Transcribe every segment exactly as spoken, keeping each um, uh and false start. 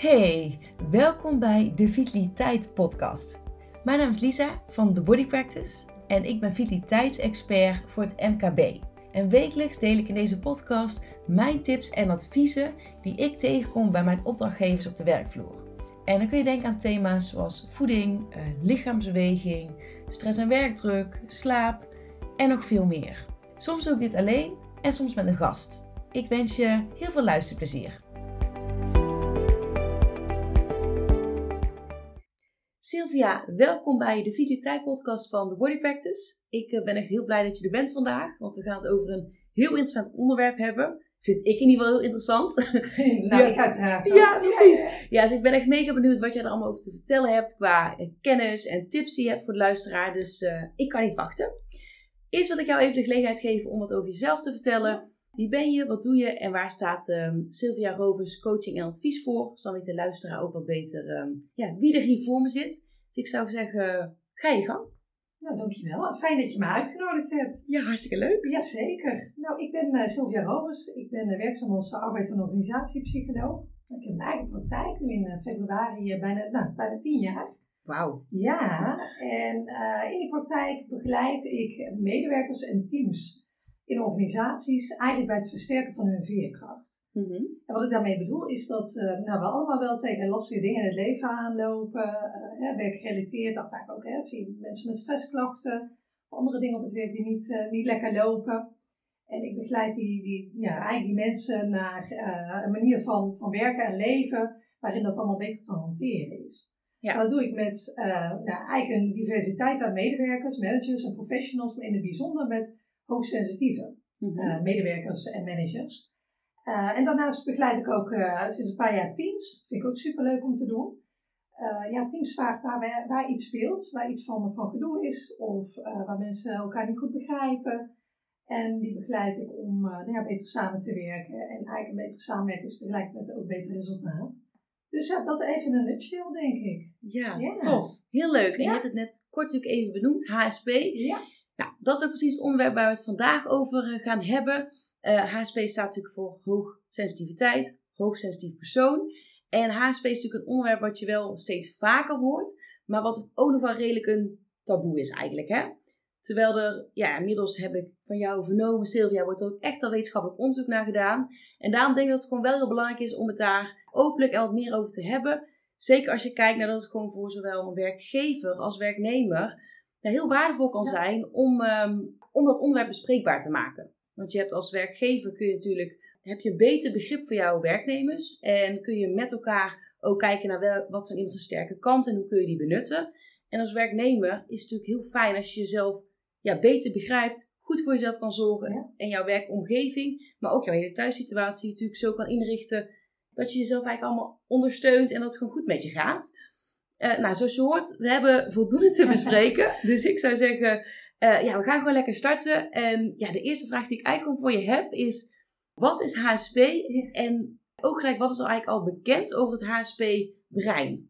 Hey, welkom bij de Vitaliteit podcast. Mijn naam is Lisa van The Body Practice en ik ben vitaliteitsexpert voor het M K B. En wekelijks deel ik in deze podcast mijn tips en adviezen die ik tegenkom bij mijn opdrachtgevers op de werkvloer. En dan kun je denken aan thema's zoals voeding, eh, lichaamsbeweging, stress en werkdruk, slaap en nog veel meer. Soms doe ik dit alleen en soms met een gast. Ik wens je heel veel luisterplezier. Sylvia, welkom bij de Vitaliteit podcast van The Body Practice. Ik ben echt heel blij dat je er bent vandaag, want we gaan het over een heel interessant onderwerp hebben. Vind ik in ieder geval heel interessant. Nou, ja. ik uiteraard ook. Ja, precies. Ja, ja. ja, dus ik ben echt mega benieuwd wat jij er allemaal over te vertellen hebt qua kennis en tips die je hebt voor de luisteraar. Dus uh, ik kan niet wachten. Eerst wil ik jou even de gelegenheid geven om wat over jezelf te vertellen. Wie ben je, wat doe je en waar staat um, Sylvia Rovers coaching en advies voor? Dus dan weet de luisteraar ook wat beter um, ja, wie er hier voor me zit. Dus ik zou zeggen, ga je gang. Nou, dankjewel. Fijn dat je me uitgenodigd hebt. Ja, hartstikke leuk. Jazeker. Nou, ik ben uh, Sylvia Rovers. Ik ben uh, werkzaam als uh, arbeids- en organisatiepsycholoog. Ik heb mijn eigen praktijk nu in uh, februari uh, bijna, nou, bijna tien jaar. Wauw. Ja, en uh, in die praktijk begeleid ik medewerkers en teams in organisaties eigenlijk bij het versterken van hun veerkracht. Mm-hmm. En wat ik daarmee bedoel is dat uh, nou, we allemaal wel tegen lastige dingen in het leven aanlopen. Uh, hè, werkgerelateerd, dan vaak ook hè, zie je mensen met stressklachten. Of andere dingen op het werk die niet, uh, niet lekker lopen. En ik begeleid die, die, ja, eigenlijk die mensen naar uh, een manier van, van werken en leven waarin dat allemaal beter te hanteren is. Ja. En dat doe ik met uh, nou, eigenlijk een diversiteit aan medewerkers, managers en professionals, maar in het bijzonder met hoogsensitieve mm-hmm. uh, medewerkers en managers. Uh, en daarnaast begeleid ik ook uh, sinds een paar jaar teams. Vind ik ook superleuk om te doen. Uh, ja, teams vaak waar, waar, waar iets speelt, waar iets van, van gedoe is of uh, waar mensen elkaar niet goed begrijpen. En die begeleid ik om uh, nou ja, beter samen te werken. En eigenlijk een betere samenwerking is tegelijkertijd ook beter resultaat. Dus ja, dat even in een nutshell, denk ik. Ja, ja. Tof. Heel leuk. En ja. Je hebt het net kort natuurlijk even benoemd, H S P. Ja. Nou, dat is ook precies het onderwerp waar we het vandaag over gaan hebben. Uh, H S P staat natuurlijk voor hoogsensitiviteit, hoogsensitief persoon. En H S P is natuurlijk een onderwerp wat je wel steeds vaker hoort, maar wat ook nog wel redelijk een taboe is eigenlijk, hè? Terwijl er, ja, inmiddels heb ik van jou vernomen, Sylvia, wordt er ook echt al wetenschappelijk onderzoek naar gedaan. En daarom denk ik dat het gewoon wel heel belangrijk is om het daar openlijk en wat meer over te hebben. Zeker als je kijkt naar dat het gewoon voor zowel een werkgever als werknemer ja, heel waardevol kan zijn om, um, om dat onderwerp bespreekbaar te maken. Want je hebt als werkgever kun je natuurlijk, heb je een beter begrip voor jouw werknemers. En kun je met elkaar ook kijken naar wel, wat zijn iemands sterke kanten en hoe kun je die benutten. En als werknemer is het natuurlijk heel fijn als je jezelf ja, beter begrijpt, goed voor jezelf kan zorgen. Ja. En jouw werkomgeving, maar ook jouw hele thuissituatie natuurlijk zo kan inrichten dat je jezelf eigenlijk allemaal ondersteunt en dat het gewoon goed met je gaat. Uh, nou, zoals je hoort, we hebben voldoende te bespreken. Dus ik zou zeggen, uh, ja, we gaan gewoon lekker starten. En ja, de eerste vraag die ik eigenlijk voor je heb is, wat is H S P? Ja. En ook gelijk, wat is er eigenlijk al bekend over het H S P-brein?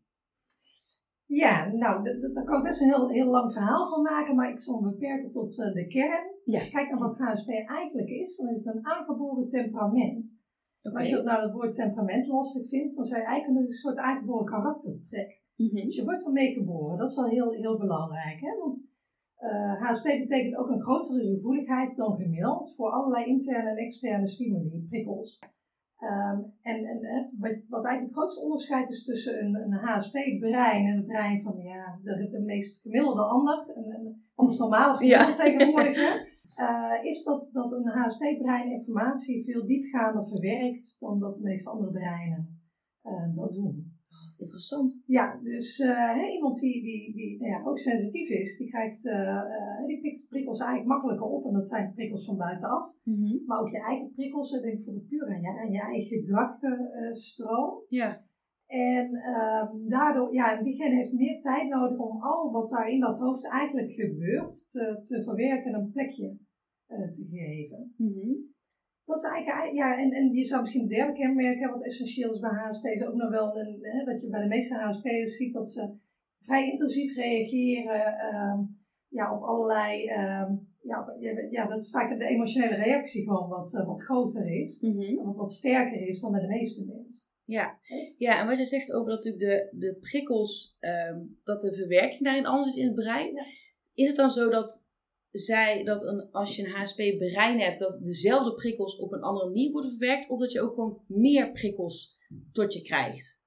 Ja, nou, daar kan ik best een heel, heel lang verhaal van maken, maar ik zal me beperken tot uh, de kern. Ja. Als je kijkt naar wat H S P eigenlijk is, dan is het een aangeboren temperament. Okay. Als je nou het woord temperament lastig vindt, dan zou je eigenlijk een soort aangeboren karaktertrek. Mm-hmm. Dus je wordt ermee geboren, dat is wel heel, heel belangrijk. Hè? Want uh, H S P betekent ook een grotere gevoeligheid dan gemiddeld voor allerlei interne en externe stimuli, prikkels. Um, en en uh, wat, wat eigenlijk het grootste onderscheid is tussen een, een H S P-brein en het brein van ja, de, de meest gemiddelde ander, een, een anders normale gemiddelde ja. tegenwoordig, uh, is dat, dat een H S P-brein informatie veel diepgaander verwerkt dan dat de meeste andere breinen uh, dat doen. Interessant. Ja, dus uh, hey, iemand die, die, die nou ja, hoogsensitief is, die, krijgt, uh, uh, die pikt prikkels eigenlijk makkelijker op. En dat zijn prikkels van buitenaf. Mm-hmm. Maar ook je eigen prikkels, denk ik bijvoorbeeld puur aan je, aan je eigen gedachtenstroom. Ja. En uh, daardoor, ja, diegene heeft meer tijd nodig om al wat daar in dat hoofd eigenlijk gebeurt, te, te verwerken en een plekje uh, te geven. Mm-hmm. Dat is eigenlijk, ja, en, en je zou misschien een derde kenmerk hebben, wat essentieel is bij H S P, is ook nog wel een, hè, dat je bij de meeste H S P'ers ziet dat ze vrij intensief reageren um, ja, op allerlei, um, ja, ja, dat is vaak de emotionele reactie gewoon wat, uh, wat groter is, mm-hmm. wat, wat sterker is dan bij de meeste mensen. Ja. Ja, en wat je zegt over natuurlijk de, de prikkels, um, dat de verwerking daarin anders is in het brein. Ja. Is het dan zo dat zij, dat een, als je een H S P-brein hebt, dat dezelfde prikkels op een andere manier worden verwerkt? Of dat je ook gewoon meer prikkels tot je krijgt?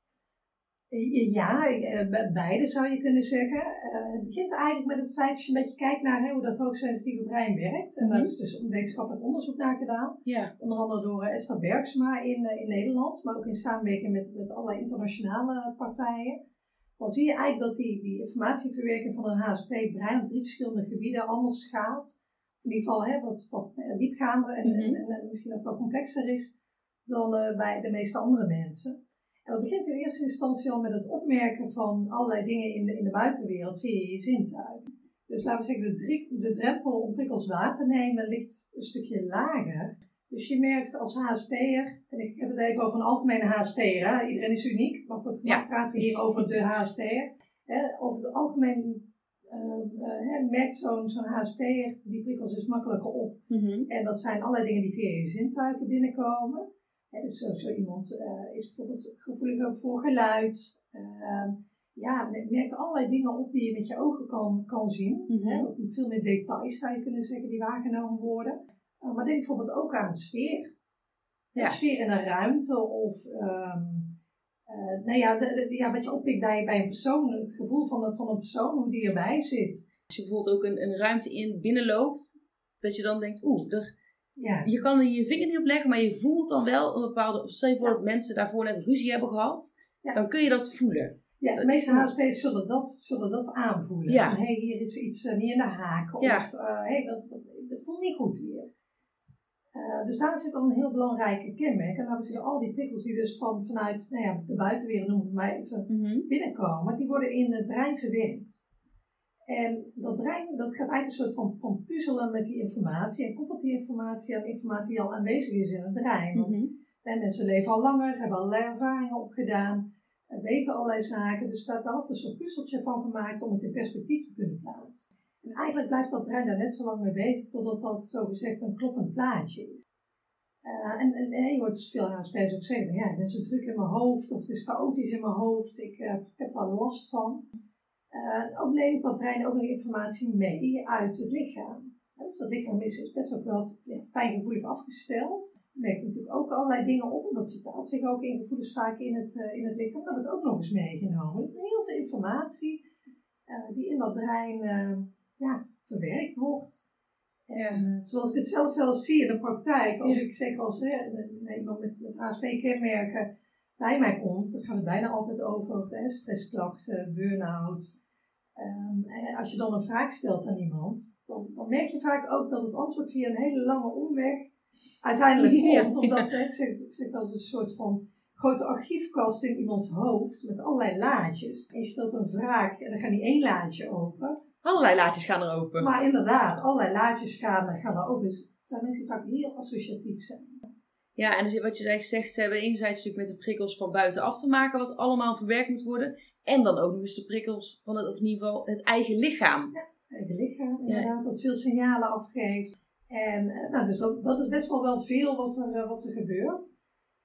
Ja, beide zou je kunnen zeggen. Uh, het begint eigenlijk met het feit, als je een beetje kijkt naar hè, hoe dat hoogsensitieve brein werkt. En daar is dus wetenschappelijk onderzoek naar gedaan. Ja. Onder andere door uh, Esther Bergsma in, uh, in Nederland, maar ook in samenwerking met, met allerlei internationale partijen. Dan zie je eigenlijk dat die, die informatieverwerking van een H S P-brein op drie verschillende gebieden anders gaat. In ieder geval hè, wat, wat diepgaander en, mm-hmm. en, en misschien ook wel complexer is dan uh, bij de meeste andere mensen. En dat begint in eerste instantie al met het opmerken van allerlei dingen in de, in de buitenwereld via je zintuigen. Dus laten we zeggen, de, drie, de drempel om prikkels waar te nemen ligt een stukje lager. Dus je merkt als H S P'er, en ik heb het even over een algemene H S P'er, hè? Iedereen is uniek, maar voor het gemak ja. praten we hier over de H S P'er. Hè? Over het algemeen uh, uh, merkt zo'n, zo'n H S P'er die prikkels dus makkelijker op. Mm-hmm. En dat zijn allerlei dingen die via je zintuigen binnenkomen. En dus zo, zo iemand uh, is bijvoorbeeld gevoeliger voor geluid. Uh, ja, merkt allerlei dingen op die je met je ogen kan, kan zien. Mm-hmm. Hè? Veel meer details zou je kunnen zeggen die waargenomen worden. Uh, maar denk bijvoorbeeld ook aan sfeer. Ja. Sfeer in een ruimte of um, uh, nou ja, de, de, ja, wat je oppikt bij, bij een persoon. Het gevoel van, de, van een persoon, hoe die erbij zit. Als je bijvoorbeeld ook een, een ruimte in binnenloopt, dat je dan denkt, oeh, er... Ja. Je kan er je vinger niet op leggen, maar je voelt dan wel een bepaalde... Stel je voor ja. dat mensen daarvoor net ruzie hebben gehad, ja. dan kun je dat voelen. Ja, de meeste H S P'ers zullen dat, zullen dat aanvoelen. Ja. Hé, hey, hier is iets uh, niet in de haak. Of ja. uh, hey, dat, dat, dat voelt niet goed hier. Uh, dus daar zit dan een heel belangrijke kenmerk. En laten we zeggen, al die prikkels die dus van, vanuit nou ja, de buitenwereld, noem het maar even, mm-hmm. binnenkomen, die worden in het brein verwerkt. En dat brein, dat gaat eigenlijk een soort van, van puzzelen met die informatie en koppelt die informatie aan informatie die al aanwezig is in het brein. Want mm-hmm. mensen leven al langer, hebben allerlei ervaringen opgedaan, weten allerlei zaken. Dus daar wordt een soort puzzeltje van gemaakt om het in perspectief te kunnen plaatsen. En eigenlijk blijft dat brein daar net zo lang mee bezig totdat dat zogezegd een kloppend plaatje is. Uh, en, en, en je hoort dus veel H S P'ers ook zeggen, ja, ik ben zo druk in mijn hoofd of het is chaotisch in mijn hoofd, ik, uh, ik heb daar last van. Uh, ook neemt dat brein ook nog informatie mee uit het lichaam. Ja, dus dat lichaam is, is best ook wel ja, fijngevoelig afgesteld. Je merkt natuurlijk ook allerlei dingen op. En dat vertaalt zich ook in gevoelens vaak in het, uh, in het lichaam. Dat wordt ook nog eens meegenomen. Dus heel veel informatie uh, die in dat brein uh, ja, verwerkt wordt. En uh, zoals ik het zelf wel zie in de praktijk. Als ja. ik zeg als hè, iemand met, met H S P-kenmerken bij mij komt. Dan gaat het bijna altijd over hè, stressklachten, burn-out. Um, en als je dan een vraag stelt aan iemand, dan, dan merk je vaak ook dat het antwoord via een hele lange omweg uiteindelijk ja, komt. Omdat ja. ik zeg, ik zeg wel eens een soort van grote archiefkast in iemands hoofd met allerlei laadjes. En je stelt een vraag en dan gaat niet één laadje open. Allerlei laadjes gaan er open. Maar inderdaad, allerlei laadjes gaan, gaan er open. Dus het zijn mensen die vaak heel associatief zijn. Ja, en dus wat je eigenlijk zegt, ze hebben enerzijds natuurlijk met de prikkels van buitenaf te maken, wat allemaal verwerkt moet worden. En dan ook nog eens de prikkels van het, of in ieder geval het eigen lichaam. Ja, het eigen lichaam, inderdaad, ja. dat veel signalen afgeeft. En nou, dus dat, dat is best wel wel veel wat er, wat er gebeurt.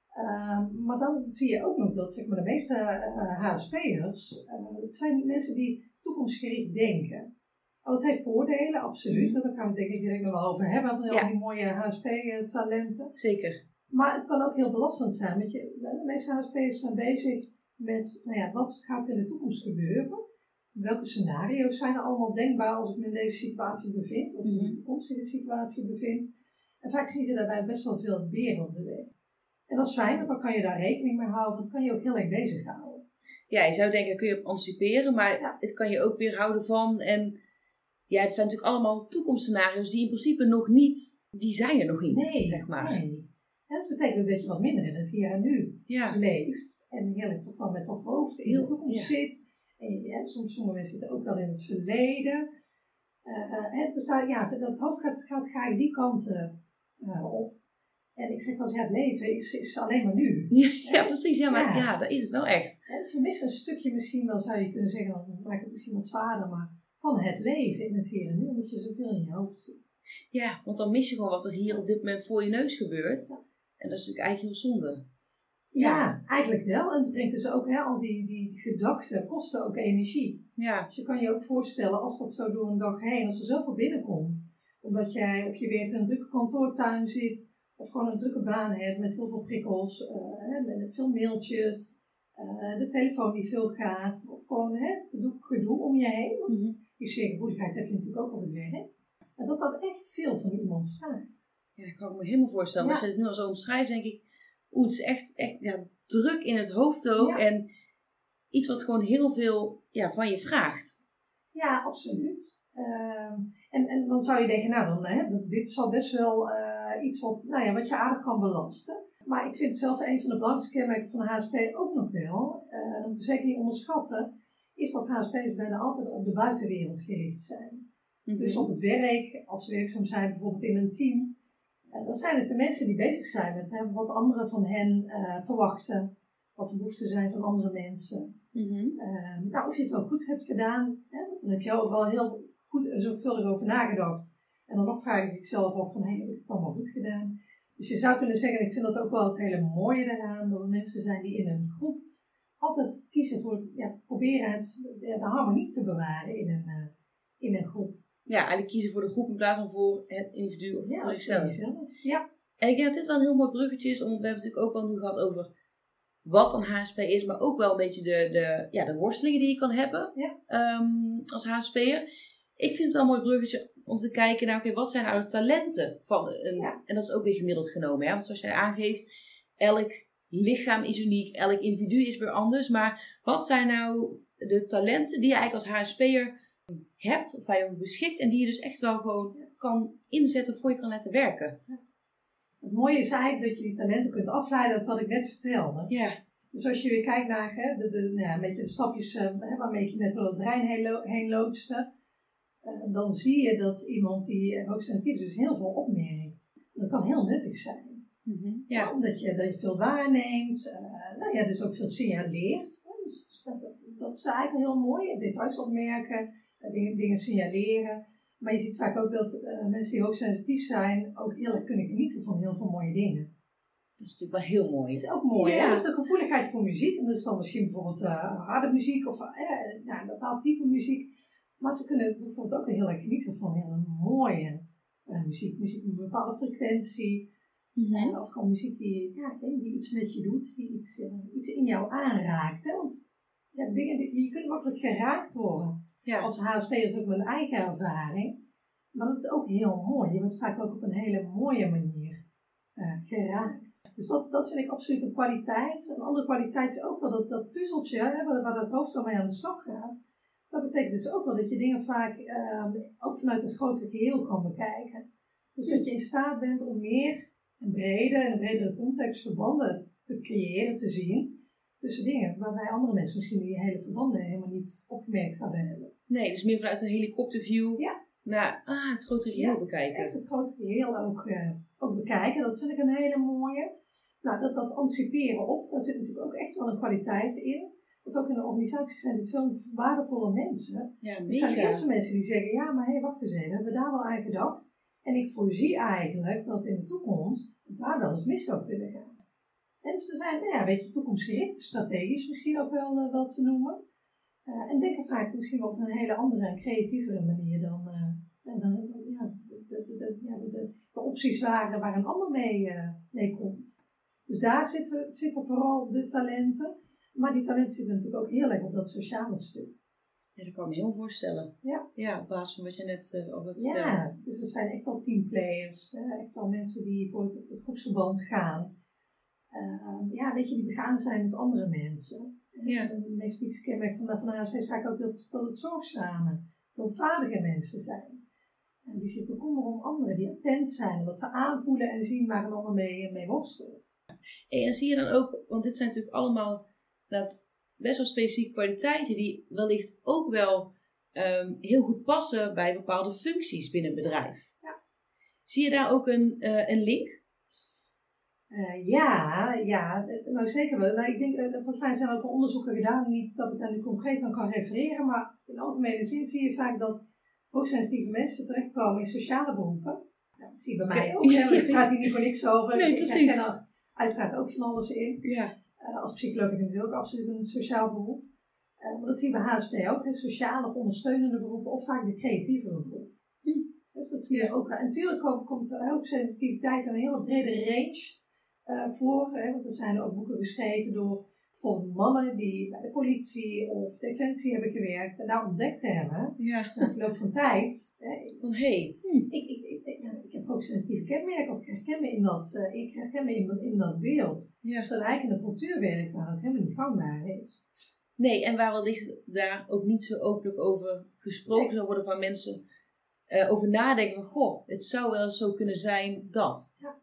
Uh, maar dan zie je ook nog dat zeg maar, de meeste uh, H S P'ers, uh, het zijn mensen die toekomstgericht denken. Dat heeft voordelen, absoluut. Mm. Daar gaan we het denk ik direct nog wel over hebben, van ja. al die mooie H S P-talenten. Zeker. Maar het kan ook heel belastend zijn, want je, de meeste H S P'ers zijn bezig met, nou ja, wat gaat er in de toekomst gebeuren? Welke scenario's zijn er allemaal denkbaar als ik me in deze situatie bevind, of in de toekomstige situatie bevind? En vaak zien ze daarbij best wel veel beren op de weg. En dat is fijn, want dan kan je daar rekening mee houden, dat kan je ook heel erg bezighouden. Ja, je zou denken, kun je op anticiperen, maar ja. het kan je ook weerhouden van. En ja, het zijn natuurlijk allemaal toekomstscenario's die in principe nog niet, die zijn er nog niet, nee, zeg maar. Nee. Ja, dat betekent ook dat je wat minder in het hier en nu ja. leeft. En heerlijk toch wel met dat hoofd in de toekomst ja. zit. En ja, soms, sommige mensen zitten ook wel in het verleden. Uh, uh, dus daar, ja, dat hoofd gaat, gaat ga je die kanten uh, op. En ik zeg wel eens, ja, het leven is, is alleen maar nu. Ja, ja precies. Ja, maar ja. ja, dat is het wel echt. Ja, dus je mist een stukje misschien wel, zou je kunnen zeggen, dan maakt het misschien wat zwaarder, maar van het leven in het hier en nu, omdat je zoveel in je hoofd zit. Ja, want dan mis je gewoon wat er hier op dit moment voor je neus gebeurt. Ja. En dat is natuurlijk eigenlijk heel zonde. Ja, eigenlijk wel. En het brengt dus ook, hè, al die, die gedachten kosten ook energie. Ja. Dus je kan je ook voorstellen, als dat zo door een dag heen, als er zoveel binnenkomt, omdat jij op je werk in een drukke kantoortuin zit, of gewoon een drukke baan hebt met heel veel prikkels, uh, met veel mailtjes, uh, de telefoon die veel gaat, of gewoon hè, gedoe, gedoe om je heen. Want mm-hmm. die sfeergevoeligheid heb je natuurlijk ook op het werk. En dat dat echt veel van iemand vraagt. Ja, dat kan ik me helemaal voorstellen. Ja. Als je het nu al zo omschrijft, denk ik, oeh, het is echt, echt ja, druk in het hoofd ook. Ja. En iets wat gewoon heel veel ja, van je vraagt. Ja, absoluut. Uh, en, en dan zou je denken, nou, dan, hè, dit zal best wel uh, iets wat, nou ja, wat je aardig kan belasten. Maar ik vind zelf een van de belangrijkste kenmerken van de H S P ook nog wel, uh, dat moeten we zeker niet onderschatten, is dat H S P'ers bijna altijd op de buitenwereld gericht zijn. Mm-hmm. Dus op het werk, als ze werkzaam zijn bijvoorbeeld in een team, uh, dan zijn het de mensen die bezig zijn met hè, wat anderen van hen uh, verwachten, wat de behoeften zijn van andere mensen. Mm-hmm. Uh, nou, of je het wel goed hebt gedaan, hè, want dan heb je overal heel goed en zorgvuldig over nagedacht. En dan nog vragen ze zichzelf af van, hé, hey, heb ik het allemaal goed gedaan? Dus je zou kunnen zeggen, en ik vind dat ook wel het hele mooie daaraan, dat er mensen zijn die in een groep altijd kiezen voor, ja, proberen het, de harmonie te bewaren in een, uh, in een groep. Ja, eigenlijk kiezen voor de groep in plaats van voor het individu of ja, voor zichzelf. Jezelf. Ja. En ik denk dat dit wel een heel mooi bruggetje is, want we hebben natuurlijk ook wel nu gehad over wat een H S P is, maar ook wel een beetje de, de, ja, de worstelingen die je kan hebben ja. um, als H S P'er. Ik vind het wel een mooi bruggetje om te kijken naar, oké, okay, wat zijn nou de talenten van een, ja. en dat is ook weer gemiddeld genomen, hè? Want zoals jij aangeeft, elk lichaam is uniek, elk individu is weer anders, maar wat zijn nou de talenten die je eigenlijk als H S P'er hebt, of waar je over beschikt, en die je dus echt wel gewoon ja. kan inzetten voor je kan laten werken? Ja. Het mooie is eigenlijk dat je die talenten kunt afleiden uit wat ik net vertelde. Ja. Dus als je weer kijkt naar hè, de, de, nou ja, een beetje de stapjes uh, waarmee je net door het brein heen, lo- heen loodste, uh, dan zie je dat iemand die uh, hoogsensitief is, dus heel veel opmerkt. Dat kan heel nuttig zijn. Mm-hmm. Ja. Ja, omdat je, dat je veel waarneemt, uh, nou ja, dus ook veel signaleert. Dus dat, dat, dat is eigenlijk heel mooi. Details opmerken, uh, dingen, dingen signaleren. Maar je ziet vaak ook dat uh, mensen die hoogsensitief zijn ook heel erg kunnen genieten van heel veel mooie dingen. Dat is natuurlijk wel heel mooi. Dat is ook mooi. Ja. Hè? Dat is de gevoeligheid voor muziek. En dat is dan misschien bijvoorbeeld uh, harde muziek of uh, nou, een bepaald type muziek. Maar ze kunnen bijvoorbeeld ook heel erg genieten van hele mooie uh, muziek. Muziek met een bepaalde frequentie. Mm-hmm. Uh, of gewoon muziek die, ja, die iets met je doet. Die iets, uh, iets in jou aanraakt. Hè? Want ja, dingen die, je kunt makkelijk geraakt worden. Ja. Als H S P is ook mijn eigen ervaring. Maar dat is ook heel mooi. Je wordt vaak ook op een hele mooie manier uh, geraakt. Dus dat, dat vind ik absoluut een kwaliteit. Een andere kwaliteit is ook wel dat, dat puzzeltje, hè, waar, waar dat hoofd zo mee aan de slag gaat. Dat betekent dus ook wel dat je dingen vaak uh, ook vanuit het grotere geheel kan bekijken. Dus dat je in staat bent om meer en breder en een bredere context verbanden te creëren, te zien. Tussen dingen waarbij andere mensen misschien die hele verbanden helemaal niet opgemerkt zouden hebben. Nee, dus meer vanuit een helikopterview ja. naar ah, het grote geheel ja, bekijken. Dus echt het grote geheel ook, uh, ook bekijken. Dat vind ik een hele mooie. Nou, dat, dat anticiperen op, daar zit natuurlijk ook echt wel een kwaliteit in. Want ook in een organisatie zijn dit zo'n waardevolle mensen. Ja, het zijn de eerste mensen die zeggen, ja, maar hé, hey, wacht eens even, hebben we daar wel aan gedacht? En ik voorzie eigenlijk dat in de toekomst het daar wel eens mis zou kunnen gaan. En dus er zijn, nou ja, weet je, toekomstgericht, strategisch misschien ook wel, uh, wel te noemen. Uh, en denken vaak misschien wel op een hele andere en creatievere manier dan, uh, dan ja, de, de, de, ja, de, de, de opties waar, waar een ander mee, uh, mee komt. Dus daar zitten, zitten vooral de talenten. Maar die talenten zitten natuurlijk ook heel erg op dat sociale stuk. Ja, dat kan ik me heel voorstellen. Ja. Ja, op basis van wat je net uh, al hebt verteld. Ja, dus het zijn echt wel teamplayers. Hè? Echt wel mensen die voor het, het groepsverband gaan. Uh, ja, weet je, die begaan zijn met andere mensen. Ja. En de meest typische kenmerk van, van H S P is vaak ook dat, dat het zorgzame, hulpvaardige mensen zijn. En die zich bekommeren om anderen, die attent zijn, wat ze aanvoelen en zien waar een ander mee, mee worstelt. Hey, en zie je dan ook, want dit zijn natuurlijk allemaal dat best wel specifieke kwaliteiten die wellicht ook wel um, heel goed passen bij bepaalde functies binnen een bedrijf. Ja. Zie je daar ook een, uh, een link? Uh, ja, ja, nou zeker wel. Nou, ik denk, uh, volgens mij zijn er ook al onderzoeken gedaan, niet dat ik daar nu concreet aan kan refereren, maar in algemene zin zie je vaak dat hoogsensitieve mensen terechtkomen in sociale beroepen. Nou, dat zie je bij mij ook. Ja. Ik praat hier niet voor niks over. Nee, ik precies. herken er uiteraard ook van alles in. Ja. Uh, als psycholoog heb ik natuurlijk ook absoluut een sociaal beroep. Uh, maar dat zie je bij H S P ook, hè, sociale of ondersteunende beroepen of vaak de creatieve beroepen. Hm. Dus dat zie je ook. En natuurlijk komt, komt er ook sensitiviteit en een hele brede range uh, voor. Hè, want er zijn ook boeken geschreven door bijvoorbeeld mannen die bij de politie of defensie hebben gewerkt en daar ontdekt hebben, ja. na verloop van tijd. Hè, van hé, hey. hm. ik, ik, ik, ja, ik heb ook sensitieve kenmerken of ik herken me in dat, uh, ik herken me in, in dat beeld. Ja. Terwijl eigenlijk in een cultuur werkt waar dat helemaal niet gangbaar is. Nee, en waar wellicht daar ook niet zo openlijk over gesproken nee. zou worden van mensen uh, over nadenken van, goh, het zou wel zo kunnen zijn dat. Ja,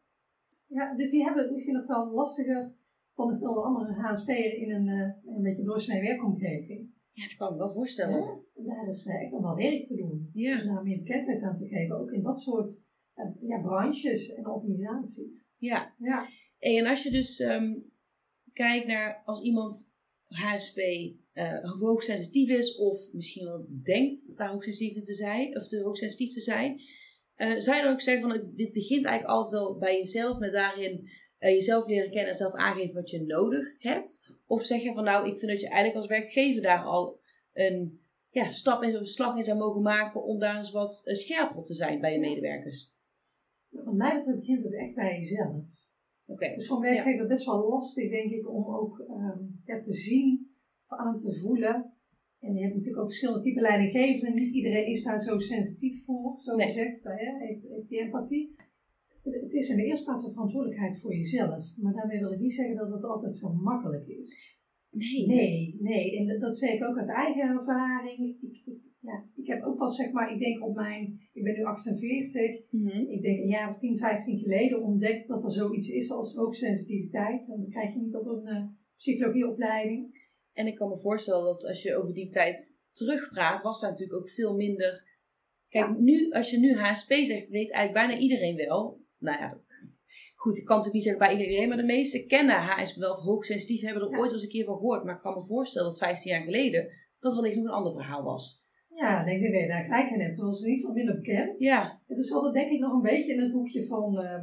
ja dus die hebben het misschien nog wel lastiger dan een veel andere H S P'er in een, uh, een beetje doorsnee werkomgeving. Ja, dat kan ik me wel voorstellen. Ja, daar is uh, echt nog wel werk te doen. Ja. En daar meer bekendheid aan te geven, ook in dat soort uh, ja, branches en organisaties. Ja. ja. En als je dus um, kijkt naar als iemand H S P uh, hoogsensitief is of misschien wel denkt daar hoogsensitief te zijn of te hoogsensitief te zijn, uh, zou je dan ook zeggen van dit begint eigenlijk altijd wel bij jezelf met daarin uh, jezelf leren kennen en zelf aangeven wat je nodig hebt? Of zeg je van nou, ik vind dat je eigenlijk als werkgever daar al een ja, stap in zo'n slag in zou mogen maken om daar eens wat uh, scherper op te zijn bij je medewerkers? Wat mij betreft begint het echt bij jezelf. Okay. Het is voor een werkgever ja. best wel lastig, denk ik, om ook um, ja, te zien of aan te voelen. En je hebt natuurlijk ook verschillende typen leidinggevenden. Niet iedereen is daar zo sensitief voor, zo nee. gezegd. Hè, heeft, heeft die empathie. Het, het is in de eerste plaats een verantwoordelijkheid voor jezelf. Maar daarmee wil ik niet zeggen dat het altijd zo makkelijk is. Nee. Nee, nee. En dat, dat zeg ik ook uit eigen ervaring. Ik, ik, ja, ik heb ook pas, zeg maar, ik denk op mijn, ik ben nu achtenveertig. Mm-hmm. Ik denk een jaar of tien, vijftien geleden ontdekt dat er zoiets is als hoogsensitiviteit. En dat krijg je niet op een uh, psychologieopleiding. En ik kan me voorstellen dat als je over die tijd terugpraat, was daar natuurlijk ook veel minder. Kijk, ja. nu, als je nu H S P zegt, weet eigenlijk bijna iedereen wel. Nou ja, goed, ik kan natuurlijk niet zeggen bij iedereen, maar de meesten kennen H S P wel of hoogsensitief, hebben er ja. ooit wel eens een keer van gehoord. Maar ik kan me voorstellen dat vijftien jaar geleden dat wellicht nog een ander verhaal was. Ja, ik denk dat je daar gelijk in hebt. Het was in ieder geval minder bekend. Ja. Het is altijd denk ik nog een beetje in het hoekje van, uh,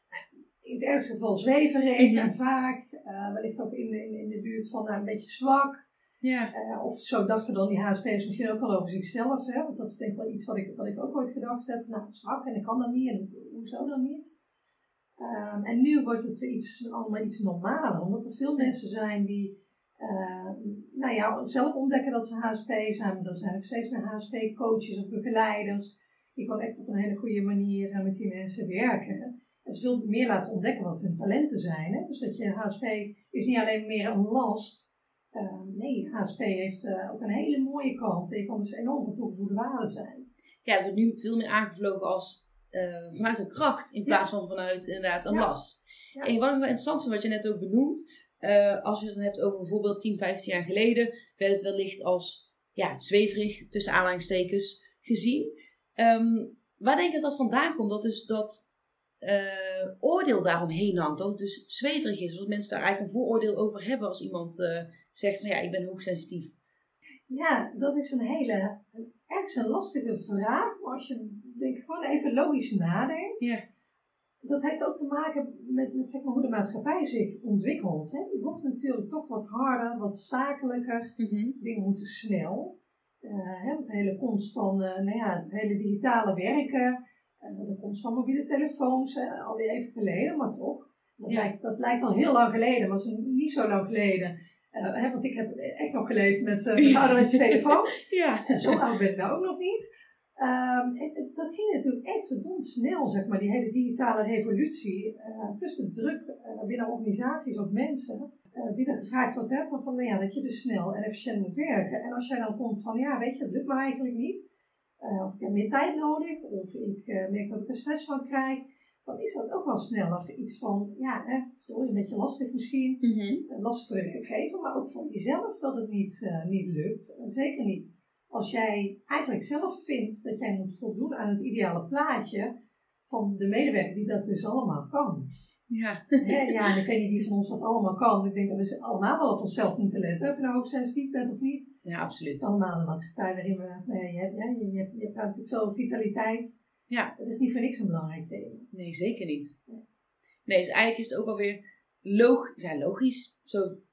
in het ergste geval zweverig mm-hmm. en vaak. Uh, wellicht ook in de, in, in de buurt van uh, een beetje zwak. Ja. Uh, of zo dachten dan die H S P'ers misschien ook al over zichzelf. Hè? Want dat is denk ik wel iets wat ik, wat ik ook ooit gedacht heb. Nou, zwak en ik kan dat niet en hoezo dan niet. Um, en nu wordt het iets, allemaal iets normaler. Omdat er veel mensen zijn die uh, nou ja, zelf ontdekken dat ze H S P zijn. Er zijn ook steeds meer H S P-coaches of begeleiders. Die gewoon echt op een hele goede manier uh, met die mensen werken. En ze veel meer laten ontdekken wat hun talenten zijn. Hè? Dus dat je H S P is niet alleen meer een last. Uh, nee, H S P heeft uh, ook een hele mooie kant. Je kan dus enorm van toegevoegde waarde zijn. Ja, het wordt nu veel meer aangevlogen als uh, vanuit een kracht in plaats ja. van vanuit inderdaad een ja. last. Ja. En wat ik wel interessant vind, wat je net ook benoemt. Uh, als je het dan hebt over bijvoorbeeld tien, vijftien jaar geleden, werd het wellicht als ja, zweverig, tussen aanhalingstekens, gezien. Um, waar denk je dat dat vandaan komt? Dat dus dat uh, oordeel daaromheen hangt. Dat het dus zweverig is. Dat mensen daar eigenlijk een vooroordeel over hebben als iemand uh, zegt van ja, ik ben hoogsensitief. Ja, dat is een hele, ergens een lastige vraag. Maar als je denk, gewoon even logisch nadenkt. Ja. Dat heeft ook te maken met, met zeg maar, hoe de maatschappij zich ontwikkelt. Hè. Die wordt natuurlijk toch wat harder, wat zakelijker. Mm-hmm. Dingen moeten snel. Uh, hè, de hele komst van uh, nou ja, het hele digitale werken. Uh, de komst van mobiele telefoons. Hè, alweer even geleden, maar toch. Dat, ja. lijkt, dat lijkt al heel lang geleden, maar het is niet zo lang geleden. Uh, hè, want ik heb echt nog geleefd met uh, een ouderwetse telefoon. Ja. En zo oud ben ik nou ook nog niet. Um, en, dat ging natuurlijk echt verdomd snel, zeg maar, die hele digitale revolutie. Uh, plus de druk uh, binnen organisaties op mensen, uh, die er gevraagd wordt hè, van, van nou ja, dat je dus snel en efficiënt moet werken. En als jij dan komt van, ja, weet je, dat lukt me eigenlijk niet. Uh, of ik heb meer tijd nodig, of ik uh, merk dat ik er stress van krijg. Dan is dat ook wel sneller iets van, ja, hè, een beetje lastig misschien. Mm-hmm. Uh, lastig voor de werkgever, maar ook voor jezelf dat het niet, uh, niet lukt. Uh, zeker niet. Als jij eigenlijk zelf vindt dat jij moet voldoen aan het ideale plaatje van de medewerker die dat dus allemaal kan. Ja. He, ja, en ik weet niet wie van ons dat allemaal kan. Ik denk dat we allemaal wel op onszelf moeten letten. Of je nou ook sensitief bent of niet. Ja, absoluut. Het is allemaal een maatschappij waarin we, nou ja, je, hebt, ja, je, je, hebt, je hebt natuurlijk veel vitaliteit. Ja. Dat is niet voor niks een belangrijk thema. Nee, zeker niet. Nee, dus eigenlijk is het ook alweer logisch, ja, logisch. Zo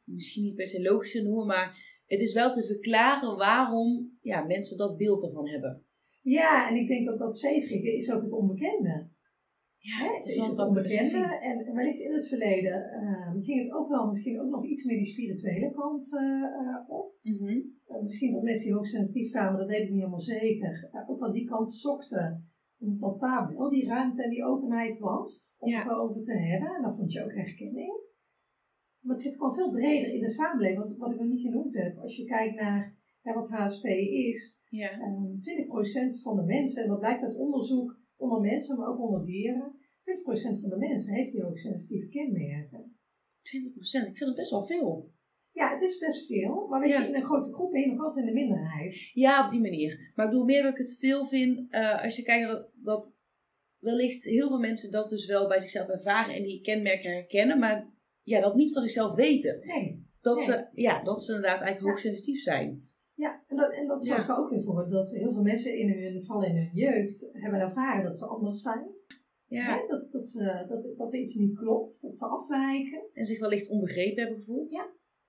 misschien niet per se logisch te noemen, maar het is wel te verklaren waarom ja, mensen dat beeld ervan hebben. Ja, en ik denk dat dat zweverige is ook het onbekende. Ja, het is het onbekende. En wellicht in het verleden uh, ging het ook wel misschien ook nog iets meer die spirituele kant uh, uh, op. Mm-hmm. Uh, misschien dat mensen die hoogsensitief waren, dat weet ik niet helemaal zeker. Uh, ook wel die kant zochten. Omdat daar wel die ruimte en die openheid was om ja. het erover te hebben. En dan vond je ook herkenning. Maar het zit gewoon veel breder in de samenleving. Want wat ik nog niet genoemd heb. Als je kijkt naar ja, wat H S P is. Ja. Um, twintig procent van de mensen, en dat blijkt uit onderzoek onder mensen, maar ook onder dieren. twintig procent van de mensen heeft die hoogsensitieve kenmerken. twintig procent? Ik vind het best wel veel. Ja, het is best veel. Maar weet ja. je, in een grote groep ben je nog altijd in de minderheid. Ja, op die manier. Maar ik bedoel meer dat ik het veel vind. Uh, als je kijkt dat, dat wellicht heel veel mensen dat dus wel bij zichzelf ervaren en die kenmerken herkennen. Maar ja, dat niet van zichzelf weten. Nee. Dat, nee. Ze, ja, dat ze inderdaad eigenlijk ja. hoogsensitief zijn. Ja, en dat, en dat zorgt ja. er ook weer voor dat heel veel mensen in hun, vooral in hun jeugd, hebben ervaren dat ze anders zijn. Ja. Ja, dat, dat, ze, dat, dat er iets niet klopt, dat ze afwijken. En zich wellicht onbegrepen hebben gevoeld. Ja.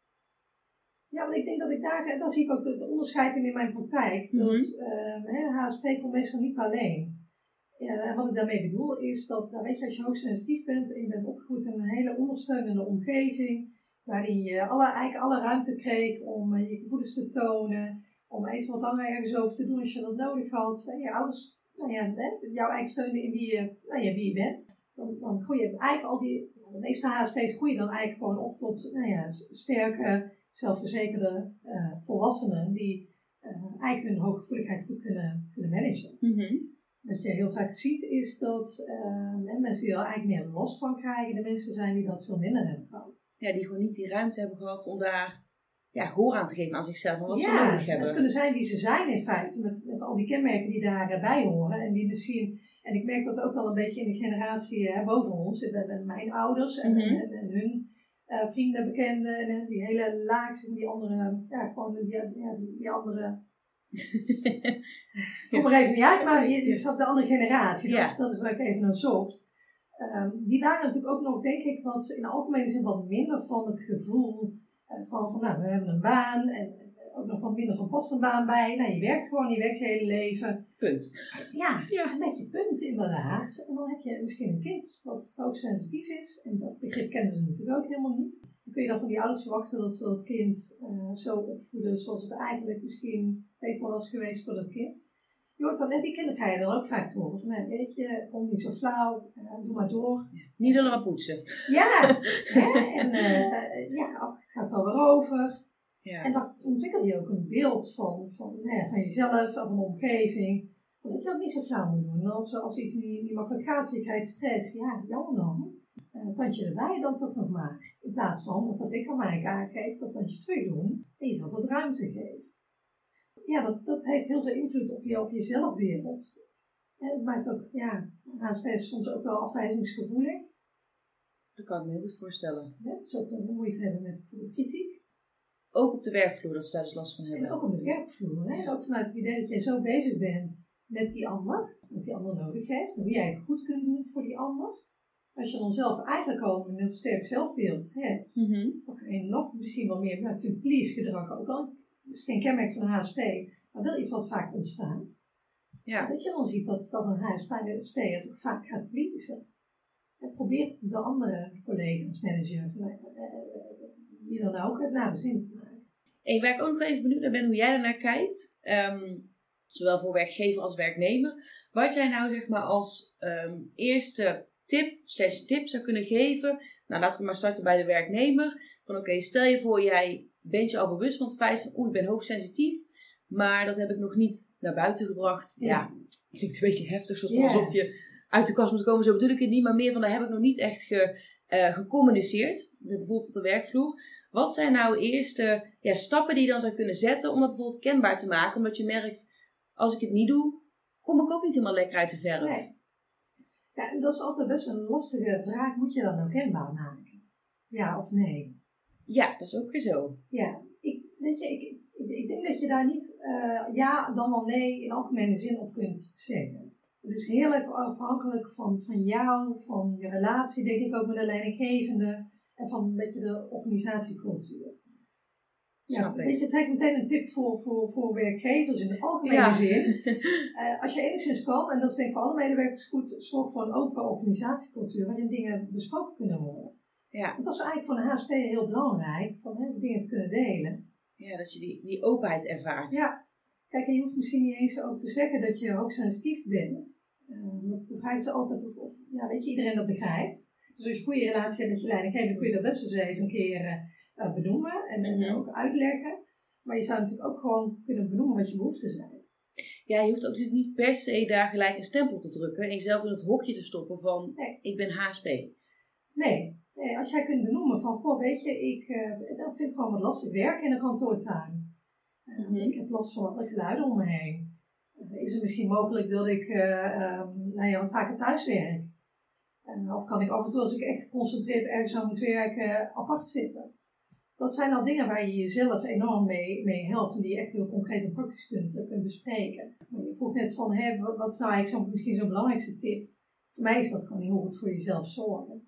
Ja, maar ik denk dat ik daar, daar zie ik ook het onderscheid in in mijn praktijk. Dat mm-hmm. uh, H S P komt meestal niet alleen. Ja, en wat ik daarmee bedoel is dat, nou weet je, als je hoogsensitief bent en je bent opgegroeid in een hele ondersteunende omgeving, waarin je alle, eigenlijk alle ruimte kreeg om uh, je gevoelens te tonen, om even wat langer ergens over te doen als je dat nodig had. En je ouders, nou ja, hè, jou eigenlijk steunen in wie je, nou ja, wie je bent. Dan, dan groei je eigenlijk al die, de meeste H S P's groeien dan eigenlijk gewoon op tot, nou ja, sterke, zelfverzekerde uh, volwassenen die uh, eigenlijk hun hooggevoeligheid goed kunnen, kunnen managen. Mm-hmm. Wat je heel vaak ziet is dat uh, mensen die er eigenlijk meer last van krijgen, de mensen zijn die dat veel minder hebben gehad. Ja, die gewoon niet die ruimte hebben gehad om daar ja, gehoor aan te geven aan zichzelf en wat ja, ze nodig hebben. Het kunnen zijn wie ze zijn in feite, met, met al die kenmerken die daarbij horen. En die misschien, en ik merk dat ook wel een beetje in de generatie hè, boven ons, en mijn ouders en, mm-hmm. en, en hun uh, vrienden, bekenden, en die hele laag, die andere, ja, gewoon die, ja, die, die andere. Kom maar even niet uit, maar je, je snapt de andere generatie, dat, ja. is, dat is waar ik even naar zocht. Um, die waren natuurlijk ook nog, denk ik, wat in de algemene zin wat minder van het gevoel, uh, gewoon van, nou, we hebben een baan en uh, ook nog wat minder van past een baan bij. Nou, je werkt gewoon, je werkt je hele leven. Punt. Ja, ja. Met je punt inderdaad. En dan heb je misschien een kind wat hoogsensitief is, en dat begrip kennen ze natuurlijk ook helemaal niet. Dan kun je dan van die ouders verwachten dat ze dat kind uh, zo opvoeden zoals het eigenlijk misschien beter was geweest voor dat kind. Je hoort dan net die kinderen ga je dan ook vaak te horen. Van, nee, weet je, kom niet zo flauw, uh, doe maar door. Ja, niet alleen maar poetsen. Ja, hè, en uh, ja, het gaat wel weer over. Ja. En dan ontwikkel je ook een beeld van, van, nou ja, van jezelf, van de omgeving. Dat je ook niet zo flauw moet doen. Als, als iets niet, niet makkelijk gaat, of je krijgt stress, ja, jammer dan. Uh, tandje erbij dan toch nog maar. In plaats van dat ik aan mij aangeef, dat tandje terug doen en jezelf wat ruimte geven. Ja, dat, dat heeft heel veel invloed op je, op je zelfbeeld. En het maakt ook, ja, H S P is soms ook wel afwijzingsgevoelig. Dat kan ik me heel goed voorstellen. Ja, dus ook een moeite hebben met, met kritiek. Ook op de werkvloer, dat ze daar dus last van hebben. En ook op de werkvloer. Hè? Ja. Ook vanuit het idee dat jij zo bezig bent met die ander, wat die ander nodig heeft, en hoe jij het goed kunt doen voor die ander. Als je dan zelf eigenlijk al een heel sterk zelfbeeld hebt, mm-hmm. dan ga je nog misschien wel meer, nou, ik vind please gedrag ook al. Het is geen kenmerk van een H S P, maar wel iets wat vaak ontstaat. Ja. Dat je dan ziet dat, dat een H S P het ook vaak gaat pleasen. En probeer de andere collega's, manager, die dan ook het naar de zin te maken. En waar ik ook nog even benieuwd naar ben hoe jij ernaar kijkt, um, zowel voor werkgever als werknemer, wat jij nou zeg maar als um, eerste tip slash tip zou kunnen geven. Nou, laten we maar starten bij de werknemer. Van oké, okay, stel je voor jij bent je al bewust van het feit van oeh, ik ben hoogsensitief, maar dat heb ik nog niet naar buiten gebracht. Ja, ja klinkt een beetje heftig, zoals yeah. alsof je uit de kast moet komen. Zo bedoel ik het niet, maar meer van dat heb ik nog niet echt ge, uh, gecommuniceerd. Bijvoorbeeld op de werkvloer. Wat zijn nou eerste ja, stappen die je dan zou kunnen zetten om dat bijvoorbeeld kenbaar te maken? Omdat je merkt, als ik het niet doe, kom ik ook niet helemaal lekker uit de verf. Nee. Ja, en dat is altijd best een lastige vraag. Moet je dat nou kenbaar maken? Ja of nee? Ja, dat is ook weer zo. Ja, ik, weet je, ik, ik, ik denk dat je daar niet uh, ja dan wel nee in algemene zin op kunt zeggen. Het is heel erg afhankelijk van, van jou, van je relatie, denk ik ook met de leidinggevende. En van een beetje de organisatiecultuur. Ja, Snap ik. weet je, het is eigenlijk meteen een tip voor, voor, voor werkgevers in de algemene Ja. zin. Uh, als je enigszins kan, en dat is denk ik voor alle medewerkers goed, zorg voor een open organisatiecultuur waarin dingen besproken kunnen worden. Ja. Want dat is eigenlijk voor een H S P heel belangrijk, van hè, dingen te kunnen delen. Ja, dat je die, die openheid ervaart. Ja, kijk, en je hoeft misschien niet eens ook te zeggen dat je hoogsensitief bent. Uh, want de vraag is altijd of, of ja, weet je, iedereen dat begrijpt. Dus als je een goede relatie hebt met je leidinggever, dan kun je dat best wel eens even een keer uh, benoemen en, mm-hmm. en ook uitleggen. Maar je zou natuurlijk ook gewoon kunnen benoemen wat je behoeften zijn. Ja, je hoeft ook natuurlijk niet per se daar gelijk een stempel te drukken en jezelf in het hokje te stoppen van nee. ik ben H S P. Nee. nee, als jij kunt benoemen van, goh, weet je, ik uh, dan vind ik gewoon wat lastig werken in de kantoortuin. Uh, mm-hmm. Ik heb last van alle geluiden om me heen. Uh, is het misschien mogelijk dat ik uh, um, nou ja, wat vaker thuis werk? Uh, of kan ik af en toe, als ik echt geconcentreerd ergens aan moet werken, apart zitten? Dat zijn al dingen waar je jezelf enorm mee, mee helpt en die je echt heel concreet en praktisch kunt, kunt bespreken. Maar je vroeg net van, hè, wat is nou eigenlijk zo, misschien zo'n belangrijkste tip? Voor mij is dat gewoon heel goed voor jezelf zorgen.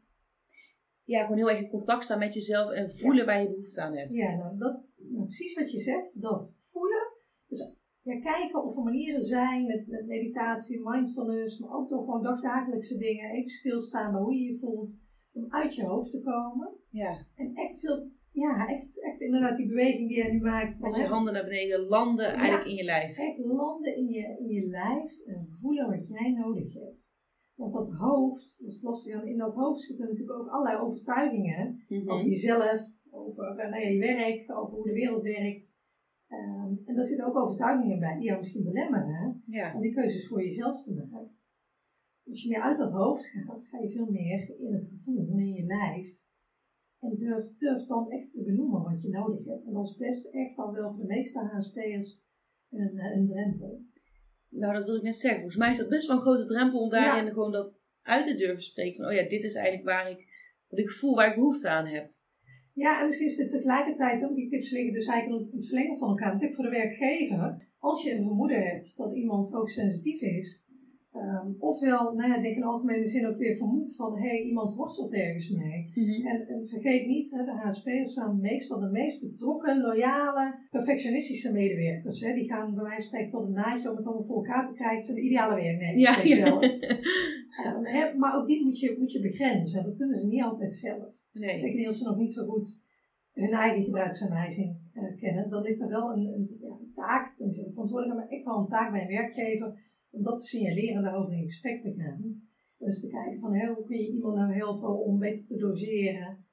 Ja, gewoon heel erg in contact staan met jezelf en voelen ja. waar je behoefte aan hebt. Ja, nou, dat, nou precies wat je zegt, dat voelen. Dus ja, kijken of er manieren zijn met, met meditatie, mindfulness, maar ook door gewoon dagdagelijkse dingen, even stilstaan bij hoe je je voelt, om uit je hoofd te komen. Ja. En echt veel, ja, echt, echt inderdaad die beweging die jij nu maakt. Van, met je hè, handen naar beneden, landen ja, eigenlijk in je lijf. Echt landen in je, in je lijf en voelen wat jij nodig hebt. Want dat hoofd, dat is lastig, in dat hoofd zitten natuurlijk ook allerlei overtuigingen mm-hmm. over jezelf, over nou ja, je werk, over hoe de wereld werkt. Um, en daar zitten ook overtuigingen bij die jou misschien belemmeren ja. om die keuzes voor jezelf te maken. Als je meer uit dat hoofd gaat, ga je veel meer in het gevoel, in je lijf. En durf, durf dan echt te benoemen wat je nodig hebt. En dat is best echt al wel voor de meeste H S P'ers een, een drempel. Nou, dat wil ik net zeggen. Volgens mij is dat best wel een grote drempel om daarin ja. gewoon dat uit te durven spreken. Van, oh ja, dit is eigenlijk waar ik, wat ik voel, waar ik behoefte aan heb. Ja, en misschien is het tegelijkertijd, ook die tips liggen dus eigenlijk in het verlengen van elkaar. Een tip voor de werkgever. Als je een vermoeden hebt dat iemand hoogsensitief is, um, ofwel, nou ja, ik denk in algemene zin ook weer vermoedt van, hé, hey, iemand worstelt ergens mee. Mm-hmm. En, en vergeet niet, hè, de H S P'ers zijn meestal de meest betrokken, loyale, perfectionistische medewerkers. Hè. Die gaan bij wijze van spreken tot een naadje om het allemaal voor elkaar te krijgen. Het zijn de ideale werknemers. Ja, ja. um, hè, maar ook die moet je, moet je begrenzen. Dat kunnen ze niet altijd zelf. Nee. Zeker niet als ze nog niet zo goed hun eigen gebruiksaanwijzing uh, kennen. Dan ligt er wel een, een, ja, een taak, een verantwoordelijkheid, maar echt wel een taak bij een werkgever om dat te signaleren en daarover in gesprek te gaan. Dus te kijken van hè, hoe kun je iemand nou helpen om beter te doseren